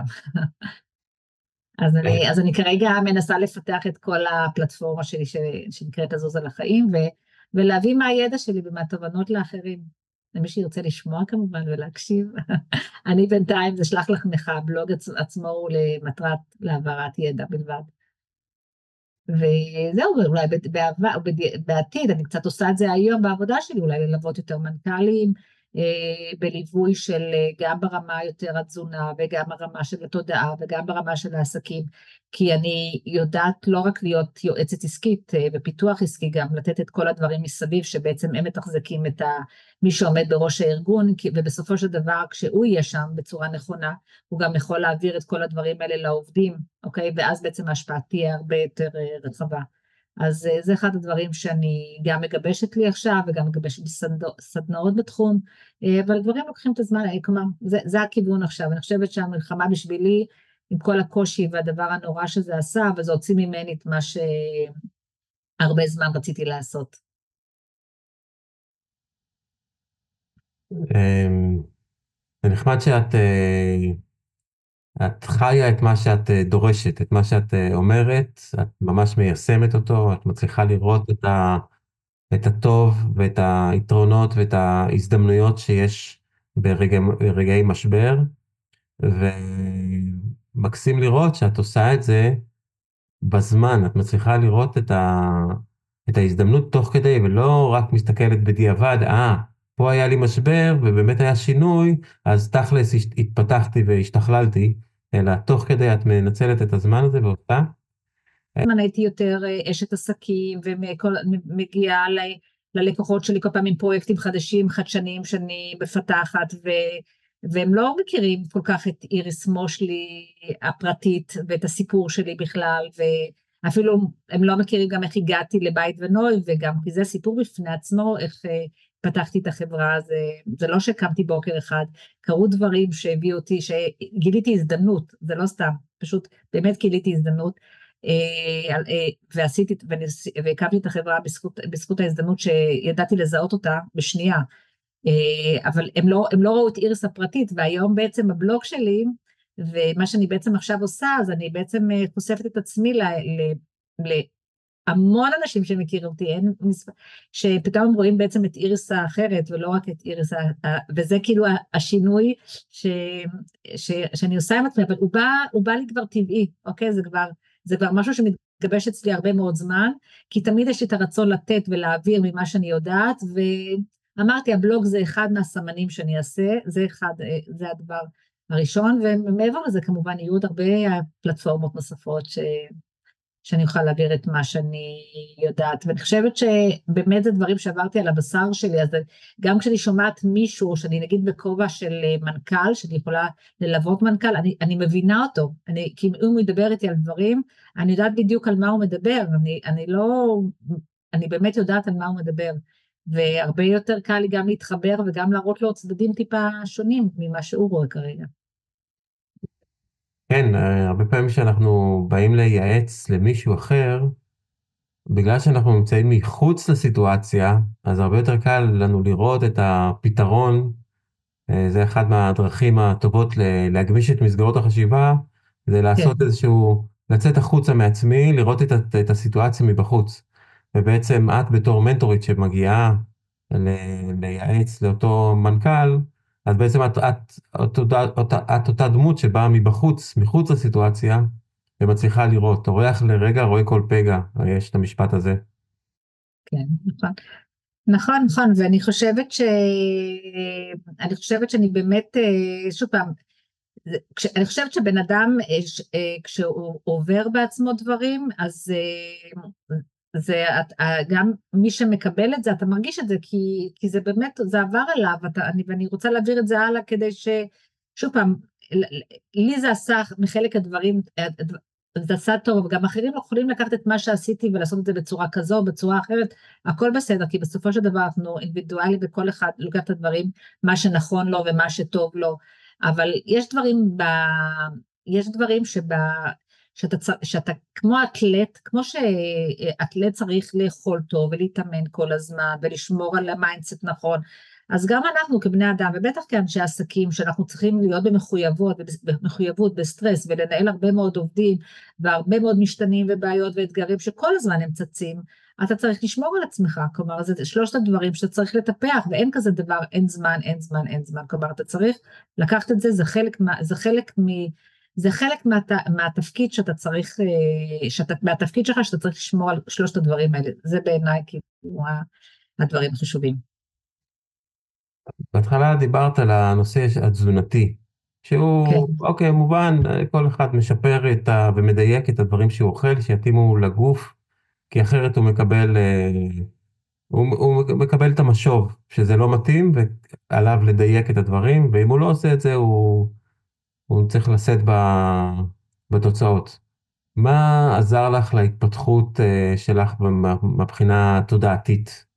אז אני כרגע מנסה לפתח את כל הפלטפורמה שלי שנקראת לזוז על החיים, ולהביא מהידע שלי ומהתובנות לאחרים. למי שירצה לשמוע כמובן ולהקשיב. אני בינתיים, זה שלח לחמך, הבלוג עצמו הוא למטרת להעברת ידע בלבד. וזהו, אולי בעתיד, אני קצת עושה את זה היום בעבודה שלי, אולי ללוות יותר מנכ"לים, בליווי של גם ברמה יותר התזונה, וגם ברמה של התודעה, וגם ברמה של העסקים, כי אני יודעת לא רק להיות יועצת עסקית ופיתוח עסקי, גם לתת את כל הדברים מסביב, שבעצם הם מתחזקים את מי שעומד בראש הארגון, ובסופו של דבר, כשהוא יהיה שם בצורה נכונה, הוא גם יכול להעביר את כל הדברים האלה לעובדים, אוקיי? ואז בעצם ההשפעה תהיה הרבה יותר רחבה. אז זה אחד הדברים שאני גם מגבשת לי עכשיו, וגם מגבשת לי סדנאות בתחום, אבל דברים לוקחים את הזמן, כלומר, זה הכיוון עכשיו. אני חושבת שהמלחמה בשבילי, עם כל הקושי והדבר הנורא שזה עשה, וזה הוציא ממני את מה שהרבה זמן רציתי לעשות. זה נחמד את חיה את מה שאת דורשת, את מה שאת אומרת, את ממש מיישמת אותו, את מצליחה לראות את הטוב ואת היתרונות ואת ההזדמנויות שיש ברגעי משבר, ומקסים לראות שאת עושה את זה בזמן, את מצליחה לראות את ההזדמנות תוך כדי, ולא רק מסתכלת בדיעבד, פה היה לי משבר ובאמת היה שינוי, אז תכלס התפתחתי והשתכללתי, אלא תוך כדי את מנצלת את הזמן הזה ועושה. אני הייתי יותר אשת עסקים, ומגיעה ללקוחות שלי כל פעם עם פרויקטים חדשים, חדשניים שאני מפתחת, והם לא מכירים כל כך את איריס מושלי הפרטית, ואת הסיפור שלי בכלל, ואפילו הם לא מכירים גם איך הגעתי לבית ונוי, וגם כי זה סיפור בפני עצמו, איך פתחתי את החברה, זה לא שקמתי בוקר אחד, קרו דברים שהביאו אותי, שגיליתי הזדמנות, זה לא סתם, פשוט באמת גיליתי הזדמנות, ועשיתי, והקמתי את החברה בזכות ההזדמנות שידעתי לזהות אותה בשנייה, אבל הם לא ראו את איריס הפרטית, והיום בעצם הבלוג שלי, ומה שאני בעצם עכשיו עושה, אז אני בעצם חושפת את עצמי להמון אנשים שמכירים אותי, שפתאום רואים בעצם את איריס האחרת, ולא רק את איריס, וזה כאילו השינוי שאני עושה עם עצמי, אבל הוא בא לי כבר טבעי, אוקיי? זה כבר משהו שמתגבש אצלי הרבה מאוד זמן, כי תמיד יש לי את הרצון לתת ולהעביר ממה שאני יודעת, ואמרתי, הבלוג זה אחד מהסמנים שאני אעשה, זה הדבר הראשון, ומעבר לזה כמובן יהיו עוד הרבה פלטפורמות נוספות שאני אוכל להעביר את מה שאני יודעת, ואני חושבת שבאמת זה דברים שעברתי על הבשר שלי, אז גם כשאני שומעת מישהו, שאני נגיד בכובע של מנכ"ל, שאני יכולה ללוות מנכ"ל, אני מבינה אותו, כי אם הוא מדבר איתי על דברים, אני יודעת בדיוק על מה הוא מדבר, אני באמת יודעת על מה הוא מדבר, והרבה יותר קל לי גם להתחבר, וגם להראות לו צדדים טיפה שונים, ממה שהוא רואה כרגע. כן, הרבה פעמים שאנחנו באים לייעץ למישהו אחר, בגלל שאנחנו נמצאים מחוץ לסיטואציה, אז הרבה יותר קל לנו לראות את הפתרון. זה אחד מהדרכים הטובות להגמיש את מסגרות החשיבה, זה לעשות כן. לצאת החוצה מעצמי, לראות את הסיטואציה מבחוץ. ובעצם את בתור מנטורית שמגיעה לייעץ לאותו מנכ"ל, אז בעצם את אותה דמות שבאה מבחוץ, מחוץ לסיטואציה, ומצליחה לראות, אורח לרגע רואה כל פגע, יש את המשפט הזה. כן, נכון. נכון, נכון, ואני חושבת שאני באמת, שוב פעם, אני חושבת שבן אדם, כשהוא עובר בעצמו דברים, אז גם מי שמקבל את זה, אתה מרגיש את זה, כי זה באמת, זה עבר אליו, ואני רוצה להעביר את זה הלאה, כדי שוב פעם, לי זה עשה מחלק הדברים, זה עשה טוב, וגם אחרים לא יכולים לקחת את מה שעשיתי, ולעשות את זה בצורה כזו, בצורה אחרת, הכל בסדר, כי בסופו של דבר אנחנו אינדיבידואלי, וכל אחד לוקח את הדברים, מה שנכון לו ומה שטוב לו, אבל יש דברים שאתה כמו אתלט, כמו שאתלט צריך לאכול טוב ולהתאמן כל הזמן ולשמור על המיינדסט נכון, אז גם אנחנו כבני אדם, ובטח כאנשי עסקים, שאנחנו צריכים להיות במחויבות, בסטרס, ולנהל הרבה מאוד עובדים, והרבה מאוד משתנים ובעיות ואתגרים שכל הזמן הם צצים, אתה צריך לשמור על עצמך, כלומר, זה שלושת הדברים שאתה צריך לטפח, ואין כזה דבר, אין זמן, אין זמן, אין זמן, כלומר, אתה צריך לקחת את זה, זה חלק מהתפקיד שאתה צריך, מהתפקיד שלך שאתה צריך לשמור על שלושת הדברים האלה, זה בעיניי כאילו הדברים החשובים. בהתחלה דיברת על הנושא התזונתי, שהוא, כן. אוקיי, מובן, כל אחד משפר ומדייק את הדברים שהוא אוכל, שיתאימו לגוף, כי אחרת הוא מקבל את המשוב, שזה לא מתאים, ועליו לדייק את הדברים, ואם הוא לא עושה את זה, הוא צריך לשאת בתוצאות. מה עזר לך להתפתחות שלך מבחינה תודעתית?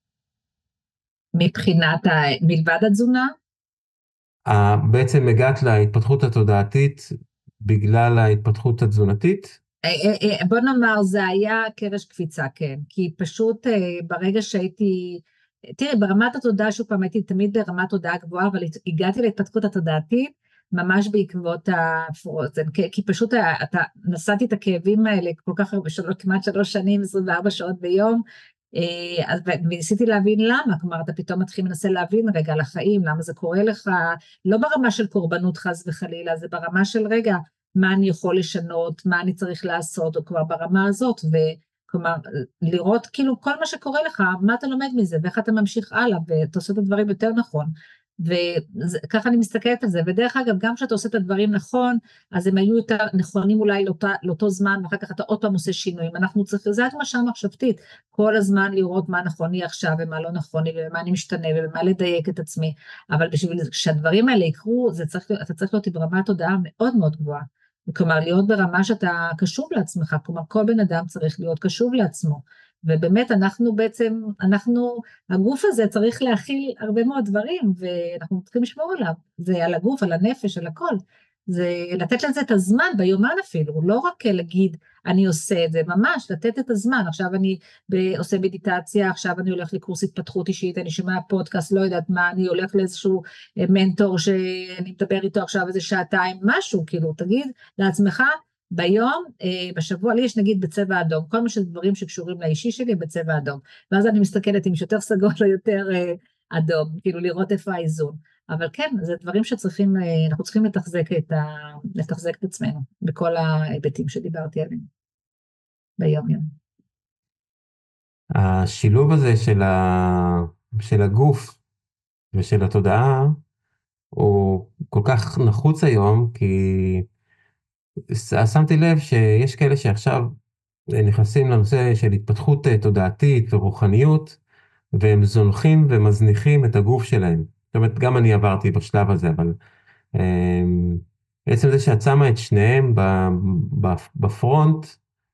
מלבד התזונה. בעצם הגעת להתפתחות התודעתית בגלל ההתפתחות התזונתית? בוא נאמר, זה היה קרש קפיצה, כן, כי פשוט ברגע שהייתי, תראי, ברמת התודעה, שוב פעם, הייתי תמיד ברמת תודעה גבוהה, אבל הגעתי להתפתחות התודעתית, ממש בעקבות הפרוזן, כי פשוט אתה נסעתי את הכאבים האלה כל כך הרבה, כמעט 3 שנים, 24 שעות ביום, וניסיתי להבין למה, כלומר, אתה פתאום מתחיל מנסה להבין רגע על החיים, למה זה קורה לך, לא ברמה של קורבנות חס וחלילה, זה ברמה של רגע, מה אני יכול לשנות, מה אני צריך לעשות, או כבר ברמה הזאת, וכלומר, לראות כאילו כל מה שקורה לך, מה אתה לומד מזה, ואיך אתה ממשיך הלאה, ואתה עושה את הדברים יותר נכון, וככה אני מסתכלת על זה, ודרך אגב, גם כשאתה עושה את הדברים נכון, אז הם היו יותר נכונים אולי לאותו זמן, ואחר כך אתה עוד פעם עושה שינויים, אנחנו צריכים, זה הגמשה מחשבתית, כל הזמן לראות מה נכון לי עכשיו, ומה לא נכון לי, ומה אני משתנה, ובמה לדייק את עצמי, אבל בשביל שהדברים האלה יקרו, אתה צריך להיות ברמת תודעה מאוד מאוד גבוהה, כלומר, להיות ברמה שאתה קשוב לעצמך, כלומר, כל בן אדם צריך להיות קשוב לעצמו, ובאמת הגוף הזה צריך להכיל הרבה מאוד דברים, ואנחנו צריכים לשמור עליו, זה על הגוף, על הנפש, על הכל, זה לתת לזה את הזמן, ביומן אפילו, לא רק להגיד, אני עושה את זה, ממש, לתת את הזמן, עכשיו אני עושה מדיטציה, עכשיו אני הולך לקורס התפתחות אישית, אני שומע פודקאסט, לא יודעת מה, אני הולך לאיזשהו מנטור שאני מדבר איתו עכשיו איזה שעתיים, משהו, כאילו, תגיד לעצמך, ביום, בשבוע, לי יש נגיד בצבע אדום, כל מה שדברים שקשורים לאישי שלי בצבע אדום, ואז אני מסתכלת אם יותר סגול או יותר אדום, כאילו לראות איפה האיזון, אבל כן, זה דברים שצריכים, אנחנו צריכים לתחזק את עצמנו, בכל ההיבטים שדיברתי עליהם, ביום יום. השילוב הזה של הגוף ושל התודעה הוא כל כך נחוץ היום, כי שמתי לב שיש כאלה שעכשיו נכנסים לנושא של התפתחות תודעתית ורוחניות, והם זונחים ומזניחים את הגוף שלהם. זאת אומרת, גם אני עברתי בשלב הזה, אבל בעצם זה שאת שמה את שניהם בפרונט,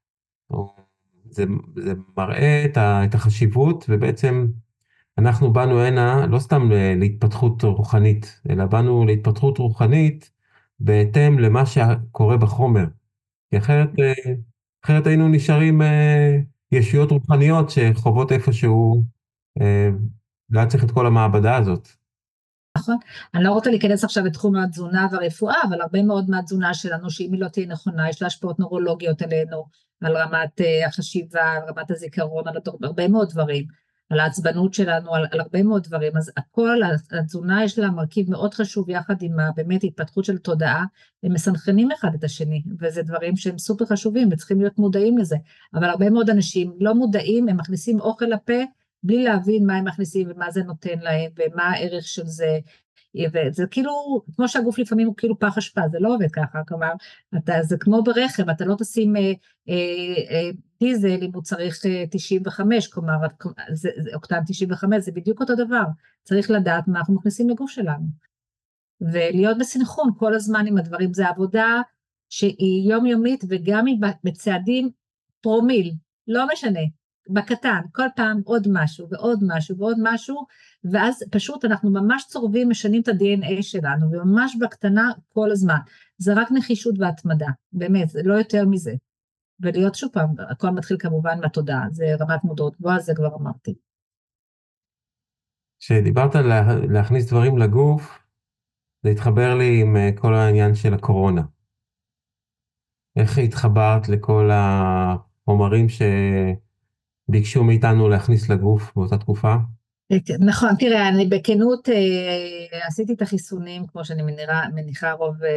זה מראה את החשיבות, ובעצם אנחנו באנו הנה לא סתם להתפתחות רוחנית, אלא באנו להתפתחות רוחנית בהתאם למה שקורה בחומר. כי אחרת היינו נשארים ישויות רוחניות שחוות איפשהו, לא היה צריך את כל המעבדה הזאת. נכון, אני לא רוצה להיכנס עכשיו לתחום התזונה והרפואה, אבל הרבה מאוד מהתזונה שלנו, שאם היא לא תהיה נכונה, יש לה השפעות נורולוגיות עלינו, על רמת החשיבה, על רמת הזיכרון, על הרבה מאוד דברים, על העצבנות שלנו, על הרבה מאוד דברים, אז הכל, התזונה יש לה מרכיב מאוד חשוב, יחד עם באמת התפתחות של תודעה, הם מסנכרנים אחד את השני, וזה דברים שהם סופר חשובים, וצריכים להיות מודעים לזה, אבל הרבה מאוד אנשים לא מודעים, הם מכניסים אוכל לפה, בלי להבין מה הם מכניסים ומה זה נותן להם ומה הערך של זה, וזה כאילו, כמו שהגוף לפעמים הוא כאילו פח אשפה, זה לא עובד ככה, כלומר, זה כמו ברכב, אתה לא תשים דיזל אם הוא צריך 95, כלומר, אוקטן 95, זה בדיוק אותו דבר, צריך לדעת מה אנחנו מכניסים לגוף שלנו, ולהיות בסנכרון כל הזמן עם הדברים, זה עבודה שהיא יומיומית, וגם היא בצעדים פרומיל, לא משנה, בקטן, כל פעם עוד משהו ועוד משהו ועוד משהו, ואז פשוט אנחנו ממש צורבים, משנים את ה-DNA שלנו, וממש בקטנה כל הזמן. זה רק נחישות והתמדה, באמת, זה לא יותר מזה. ולהיות שוב פעם, הכל מתחיל כמובן מהתודעה, זה רמת מודעות גבוהה, זה כבר אמרתי. כשדיברת על להכניס דברים לגוף, זה התחבר לי עם כל העניין של הקורונה. איך התחברת לכל החומרים שביקשו מאיתנו להכניס לגוף באותה תקופה? נכון, תראה, אני בכנות עשיתי את החיסונים, כמו שאני מניחה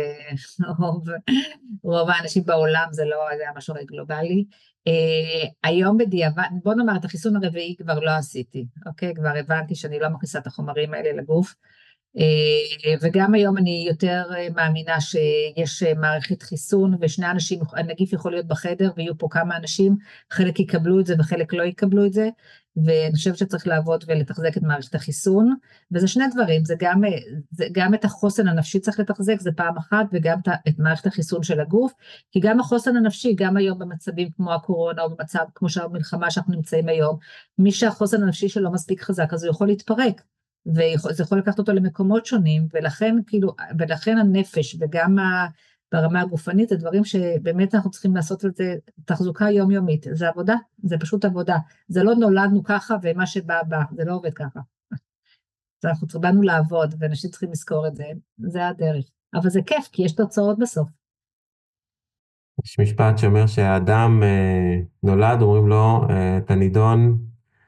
רוב האנשים בעולם, זה לא היה משהו גלובלי. היום בדיעבד, בוא נאמר, את החיסון הרביעי כבר לא עשיתי, אוקיי? כבר הבנתי שאני לא מכניסה את החומרים האלה לגוף, וגם היום אני יותר מאמינה שיש מערכת חיסון, ושני אנשים, הנגיף יכול להיות בחדר, ויהיו פה כמה אנשים, חלק יקבלו את זה וחלק לא יקבלו את זה, ואני חושבת שצריך לעבוד ולתחזק את מערכת החיסון, וזה שני דברים, זה גם את החוסן הנפשי צריך לתחזק, זה פעם אחת, וגם את מערכת החיסון של הגוף, כי גם החוסן הנפשי, גם היום במצבים כמו הקורונה, או במצב כמו שהמלחמה שאנחנו נמצאים היום, מי שהחוסן הנפשי שלו מספיק חזק, אז הוא יכול להתפרק, וזה יכול לקחת אותו למקומות שונים, ולכן הנפש וגם ברמה הגופנית, זה דברים שבאמת אנחנו צריכים לעשות את זה, תחזוקה יומיומית, זה עבודה, זה פשוט עבודה, זה לא נולדנו ככה ומה שבא בא, זה לא עובד ככה. אנחנו באנו לעבוד, ואנשים צריכים לזכור את זה, זה הדרך, אבל זה כיף, כי יש תוצאות בסוף. יש משפט שאומר שהאדם נולד, אומרים לו, אתה נידון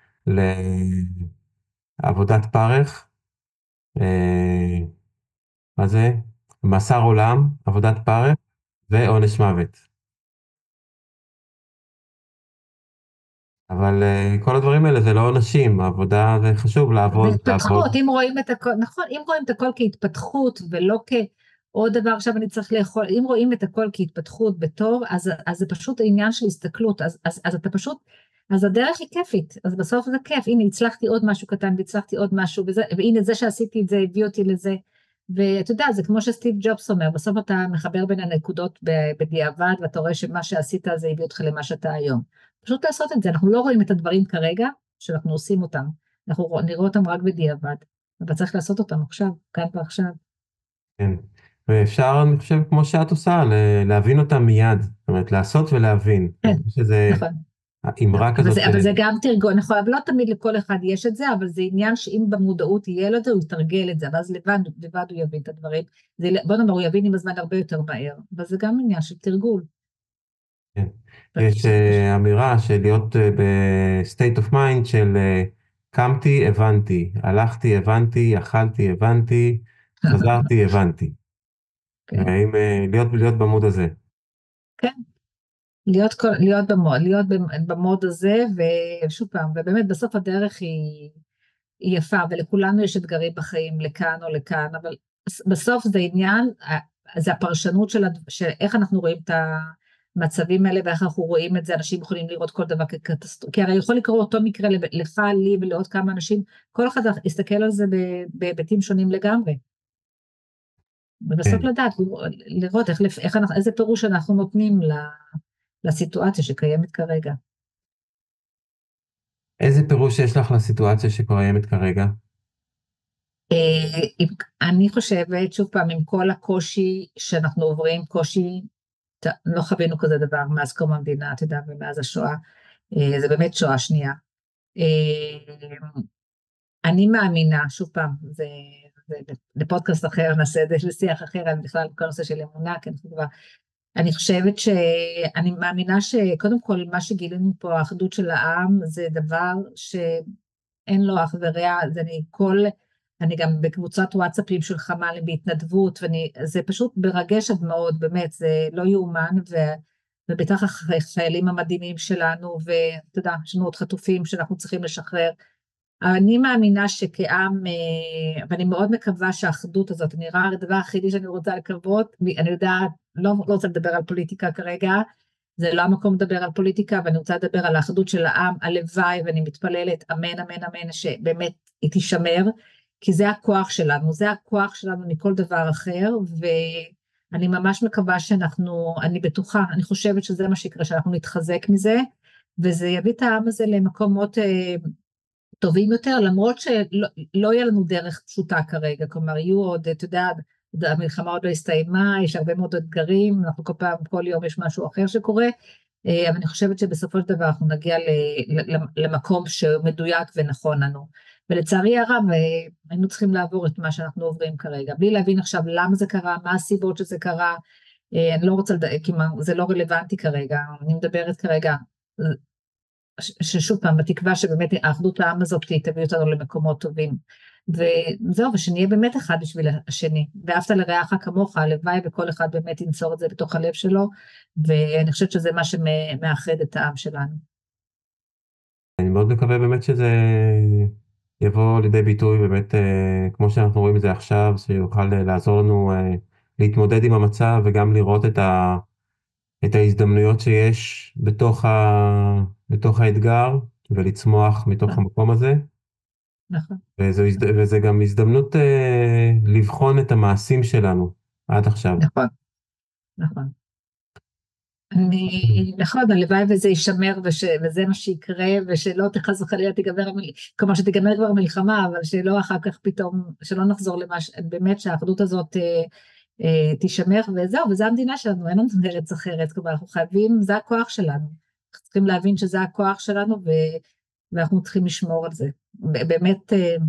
לעבודת פרך, מה זה? מאסר עולם, עבודת פרך ועונש מוות. אבל כל הדברים האלה זה לא עונשים, העבודה זה חשוב לעבוד. זה התפתחות, אם רואים את הכל, נכון, אם רואים את הכל כהתפתחות ולא כעוד דבר עכשיו אני צריך לאכול, אם רואים את הכל כהתפתחות בטוב, אז זה פשוט עניין של הסתכלות, אז אתה פשוט, אז הדרך היא כיפית, אז בסוף זה כיף, הנה הצלחתי עוד משהו קטן והצלחתי עוד משהו, והנה זה שעשיתי את זה הביא אותי לזה, ואתה יודע, זה כמו שסטיב ג'ובס אומר, בסוף אתה מחבר בין הנקודות בדיעבד, ואתה רואה שמה שעשית זה הביא אותך למה שאתה היום. פשוט לעשות את זה, אנחנו לא רואים את הדברים כרגע, שאנחנו עושים אותם, אנחנו נראה אותם רק בדיעבד, אבל צריך לעשות אותם עכשיו, כאן ועכשיו. כן, ואפשר, אני חושב, כמו שאת עושה, להבין אותם מיד, זאת אומרת, לעשות ולהבין. כן, אני חושב שזה נכון. אמרה כזאת. אבל זה גם תרגול, נכון, אבל לא תמיד לכל אחד יש את זה, אבל זה עניין שאם במודעות יהיה לו את זה, הוא יתרגל את זה, ואז לבד הוא יבין את הדברים. בוא נאמר, הוא יבין עם הזמן הרבה יותר מהר, אבל זה גם עניין של תרגול. כן. יש אמירה של להיות ב-state of mind של קמתי, הבנתי, הלכתי, הבנתי, אכלתי, הבנתי, חזרתי, הבנתי. כן, והאם להיות במוד הזה. כן. להיות במוד הזה, ושוב פעם, ובאמת בסוף הדרך היא יפה, ולכולנו יש אתגרים בחיים, לכאן או לכאן, אבל בסוף זה עניין, זה הפרשנות של איך אנחנו רואים את המצבים האלה, ואיך אנחנו רואים את זה, אנשים יכולים לראות כל דבר כקטסטרופה, כי הרי יכול לקרות אותו מקרה לך, לי ולעוד כמה אנשים, כל אחד יסתכל על זה בהיבטים שונים לגמרי. ובסוף כן. לדעת, לראות איזה פירוש אנחנו נותנים לסיטואציה שקיימת כרגע. איזה פירוש יש לך לסיטואציה שקיימת כרגע? אני חושבת, שוב פעם, עם כל הקושי שאנחנו עוברים, קושי, לא חווינו כזה דבר מאז קום המדינה, אתה יודע, ומאז השואה, זה באמת שואה שנייה. אני מאמינה, שוב פעם, זה לפודקאסט אחר, נעשה את זה לשיח אחר, על בכלל כל נושא של אמונה, כן, אני חושבת שאני מאמינה שקודם כל מה שגילינו פה, האחדות של העם, זה דבר שאין לו אח ורע, אני גם בקבוצת וואטסאפים של חמ"ל בהתנדבות, זה פשוט מרגש עד מאוד, באמת, זה לא יאומן, ובטח החיילים המדהימים שלנו, ואתה יודע, יש לנו עוד חטופים שאנחנו צריכים לשחרר, אני מאמינה שכעם, ואני מאוד מקווה שהאחדות הזאת, נראה הדבר היחידי שאני רוצה לקוות, אני יודעת, לא רוצה לדבר על פוליטיקה כרגע, זה לא המקום לדבר על פוליטיקה, ואני רוצה לדבר על האחדות של העם, הלוואי, ואני מתפללת, אמן, אמן, אמן, שבאמת היא תישמר, כי זה הכוח שלנו, זה הכוח שלנו מכל דבר אחר, ואני ממש מקווה אני בטוחה, אני חושבת שזה מה שיקרה, שאנחנו נתחזק מזה, וזה יביא את העם הזה למקומות טובים יותר, למרות שלא יהיה לנו דרך פשוטה כרגע, כלומר יהיו עוד, אתה יודע, המלחמה עוד לא הסתיימה, יש הרבה מאוד אתגרים, אנחנו כל יום יש משהו אחר שקורה, אבל אני חושבת שבסופו של דבר אנחנו נגיע למקום שמדויק ונכון לנו, ולצערי הרב היינו צריכים לעבור את מה שאנחנו עוברים כרגע, בלי להבין עכשיו למה זה קרה, מה הסיבות שזה קרה, אני לא רוצה לדעת, כי זה לא רלוונטי כרגע, אני מדברת כרגע, ששוב פעם, בתקווה שבאמת האחדות העם הזאת תביא אותנו למקומות טובים, וזהו, ושנהיה באמת אחד בשביל השני, ואהבת לרעך כמוך, הלוואי וכל אחד באמת ינצור את זה בתוך הלב שלו, ואני חושבת שזה מה שמאחד את העם שלנו. אני מאוד מקווה באמת שזה יבוא לידי ביטוי באמת, כמו שאנחנו רואים את זה עכשיו, שיוכל לעזור לנו להתמודד עם המצב וגם לראות את ההזדמנויות שיש בתוך האתגר ולצמוח מתוך נכון, המקום הזה. נכון, וזה גם הזדמנות לבחון את המעשים שלנו עד עכשיו. נכון, נכון. נכון, הלוואי וזה יישמר וזה מה שיקרה, ושלא חס וחלילה כלומר שתיגמר כבר מלחמה, אבל שלא אחר כך פתאום, שלא נחזור באמת שהאחדות הזאת תישמר וזהו, וזו המדינה שלנו, אין לנו ארץ אחרת, כלומר אנחנו חייבים, זה הכוח שלנו, אנחנו צריכים להבין שזה הכוח שלנו, ואנחנו צריכים לשמור על זה, באמת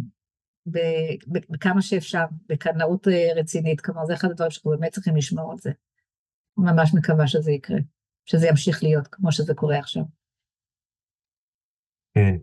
בכמה שאפשר, בקנאות רצינית, כלומר זה אחד הדברים שאנחנו באמת צריכים לשמור על זה. ממש מקווה שזה יקרה, שזה ימשיך להיות כמו שזה קורה עכשיו. כן.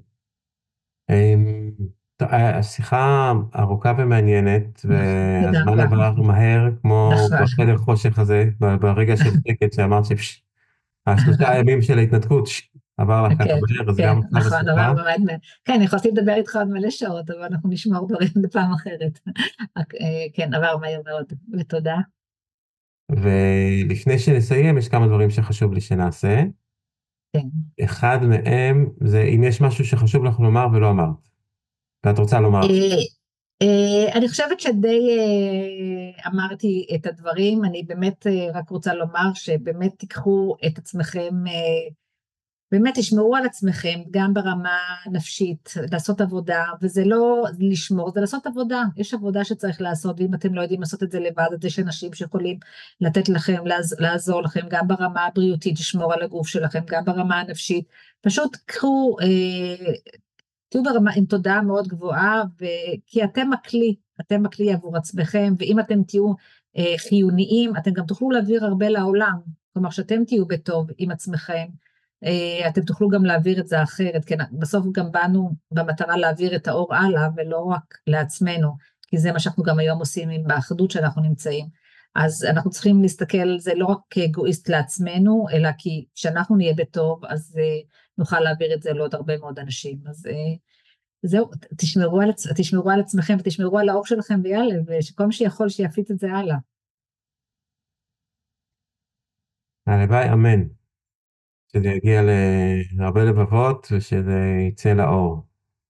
טוב, השיחה ארוכה ומעניינת, תודה והזמן רבה. עבר מהר, כמו נכון, בחדר חושך הזה, ברגע של שקט שאמרת השלושה ימים של ההתנתקות, עבר לך ככה כן, מהר, אז כן, גם עכשיו נכון, בשיחה. דבר באמת, כן, יכולתי לדבר איתך עוד מלא שעות, אבל אנחנו נשמור דברים לפעם אחרת. כן, עבר מהר מאוד, ותודה. ולפני שנסיים, יש כמה דברים שחשוב לי שנעשה. כן. אחד מהם זה אם יש משהו שחשוב לך לומר ולא אמרת, ואת רוצה לומר. אני חושבת שדי אמרתי את הדברים, אני באמת רק רוצה לומר שבאמת תיקחו את עצמכם, באמת תשמרו על עצמכם, גם ברמה נפשית, לעשות עבודה, וזה לא לשמור, זה לעשות עבודה, יש עבודה שצריך לעשות, ואם אתם לא יודעים לעשות את זה לבד, אז יש אנשים שיכולים לתת לכם, לעזור לכם, גם ברמה הבריאותית, לשמור על הגוף שלכם, גם ברמה הנפשית, פשוט קחו, תהיו ברמה עם תודעה מאוד גבוהה, כי אתם הכלי עבור עצמכם, ואם אתם תהיו חיוניים, אתם גם תוכלו להעביר הרבה לעולם, כלומר שאתם תהיו בטוב עם עצמכם, אתם תוכלו גם להעביר את זה אחרת, כי בסוף גם באנו במטרה להעביר את האור הלאה, ולא רק לעצמנו, כי זה מה שאנחנו גם היום עושים עם האחדות שאנחנו נמצאים, אז אנחנו צריכים להסתכל, זה לא רק כאגואיסט לעצמנו, אלא כי כשאנחנו נהיה בטוב, אז נוכל להעביר את זה לעוד הרבה מאוד אנשים, אז זהו, תשמרו על עצמכם, ותשמרו על האור שלכם ויאללה, ושכל מי שיכול שיפיץ את זה הלאה. הלוואי, אמן. שזה יגיע להרבה לבבות ושזה יצא לאור.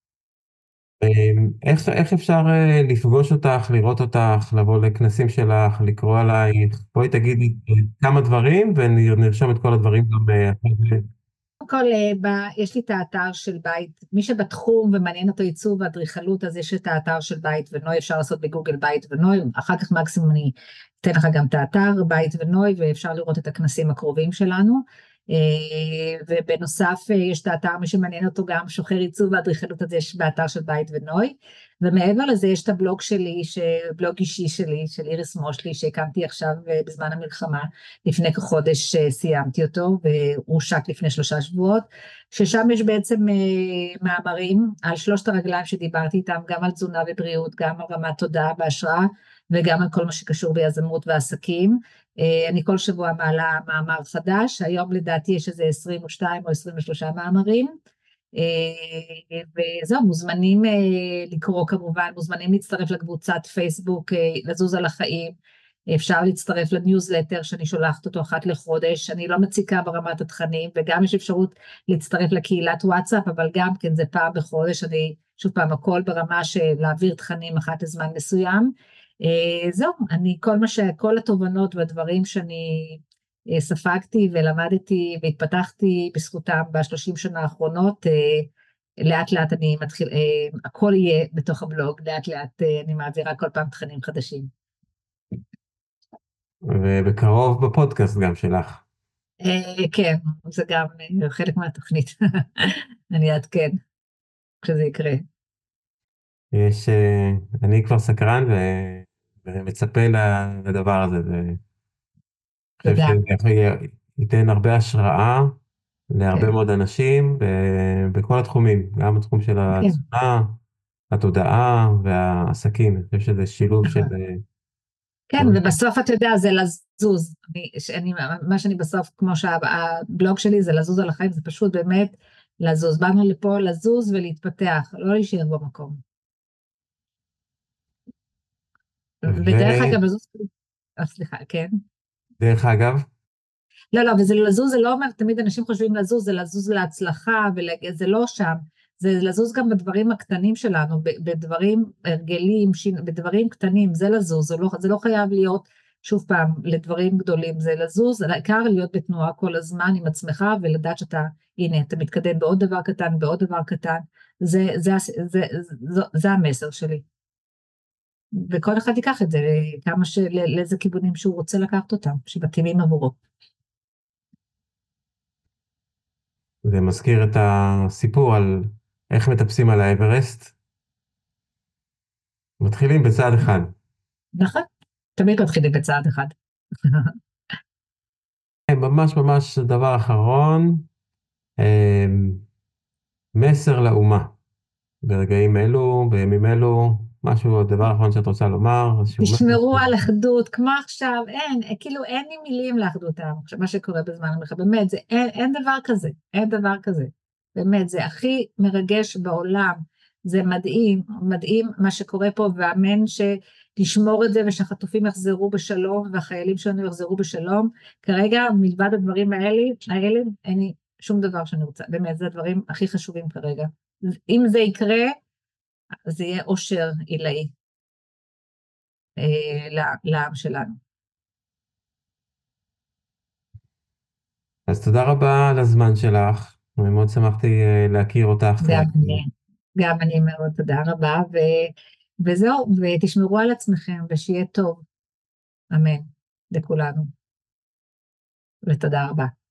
איך אפשר לפגוש אותך, לראות אותך, לבוא לכנסים שלך, לקרוא עלייך? בואי תגידי כמה דברים ונרשום את כל הדברים גם אחרי זה. קודם כל, יש לי את האתר של בית, מי שבתחום ומעניין אותו עיצוב ואדריכלות, אז יש את האתר של בית ונוי, אפשר לעשות בגוגל בית ונוי, אחר כך מקסימום אני אתן לך גם את האתר בית ונוי, ואפשר לראות את הכנסים הקרובים שלנו, ובנוסף יש את האתר, מי שמעניין אותו גם שוחר עיצוב ואדריכלות, אז יש באתר של בית ונוי, ומעבר לזה יש את הבלוג שלי, בלוג אישי שלי, של איריס מושלי, שהקמתי עכשיו בזמן המלחמה, לפני כחודש סיימתי אותו, והוא הושק לפני 3 שבועות, ששם יש בעצם מאמרים על 3 הרגליים שדיברתי איתם, גם על תזונה ובריאות, גם על רמת תודעה והשראה, וגם על כל מה שקשור ביזמות ועסקים. אני כל שבוע מעלה מאמר חדש, היום לדעתי יש איזה 22 או 23 מאמרים, וזהו, מוזמנים לקרוא כמובן, מוזמנים להצטרף לקבוצת פייסבוק, לזוז על החיים, אפשר להצטרף לניוזלטר שאני שולחת אותו אחת לחודש, אני לא מציקה ברמת התכנים, וגם יש אפשרות להצטרף לקהילת וואטסאפ, אבל גם כן זה פעם בחודש, אני שוב פעם הכל ברמה של להעביר תכנים אחת לזמן מסוים, זהו, כל התובנות והדברים שאני ספגתי ולמדתי והתפתחתי בזכותם ב30 שנה האחרונות, לאט לאט אני מתחיל, הכל יהיה בתוך הבלוג, לאט לאט אני מעבירה כל פעם תכנים חדשים. ובקרוב בפודקאסט גם שלך. כן, זה גם חלק מהתוכנית, אני אעדכן כשזה יקרה. אני כבר סקרן ומצפה לדבר הזה. אני חושב תודה. שזה ייתן הרבה השראה להרבה כן, מאוד אנשים בכל התחומים, גם בתחום של כן, התזונה, התודעה והעסקים. אני חושב שזה שילוב של... נכון. כן, ובסוף אתה יודע, זה לזוז. מה שאני בסוף, כמו שהבלוג שלי זה לזוז על החיים, זה פשוט באמת לזוז, באנו לפה לזוז ולהתפתח, לא להישאר במקום. ודרך אגב, לזוז, סליחה, כן? דרך אגב, לא, וזה לזוז, זה לא אומר, תמיד אנשים חושבים לזוז, זה לזוז להצלחה, זה לא שם, זה לזוז גם בדברים הקטנים שלנו, בדברים הרגלים, בדברים קטנים, זה לזוז, זה לא חייב להיות, שוב פעם, לדברים גדולים, זה לזוז, העיקר להיות בתנועה כל הזמן עם עצמך, ולדעת שאתה, הנה, אתה מתקדם בעוד דבר קטן, בעוד דבר קטן, זה המסר שלי. וכל אחד ייקח את זה, לאיזה כיוונים שהוא רוצה לקחת אותם, שמתאימים עבורו. זה מזכיר את הסיפור על איך מטפסים על האברסט. מתחילים בצעד אחד. נכון, תמיד מתחילים בצעד אחד. ממש ממש דבר אחרון, מסר לאומה. ברגעים אלו, בימים אלו, משהו, הדבר האחרון שאת רוצה לומר, תשמרו על אחדות, כמו עכשיו, כאילו אין לי מילים לאחדות העם, מה שקורה בזמן המלחמה, באמת, אין דבר כזה, אין דבר כזה, באמת, זה הכי מרגש בעולם, זה מדהים, מדהים מה שקורה פה, ואמן שתשמור את זה, ושהחטופים יחזרו בשלום, והחיילים שלנו יחזרו בשלום, כרגע, מלבד הדברים האלה, אין לי שום דבר שאני רוצה, באמת, זה הדברים הכי חשובים כרגע, אם זה יקרה, זה יהיה אושר עילאי. לעם שלנו. אז תודה רבה על הזמן שלך, אני מאוד שמחתי להכיר אותך. גם אני מאוד תודה רבה, וזהו, ותשמרו על עצמכם, ושיהיה טוב, אמן, לכולנו, ותודה רבה.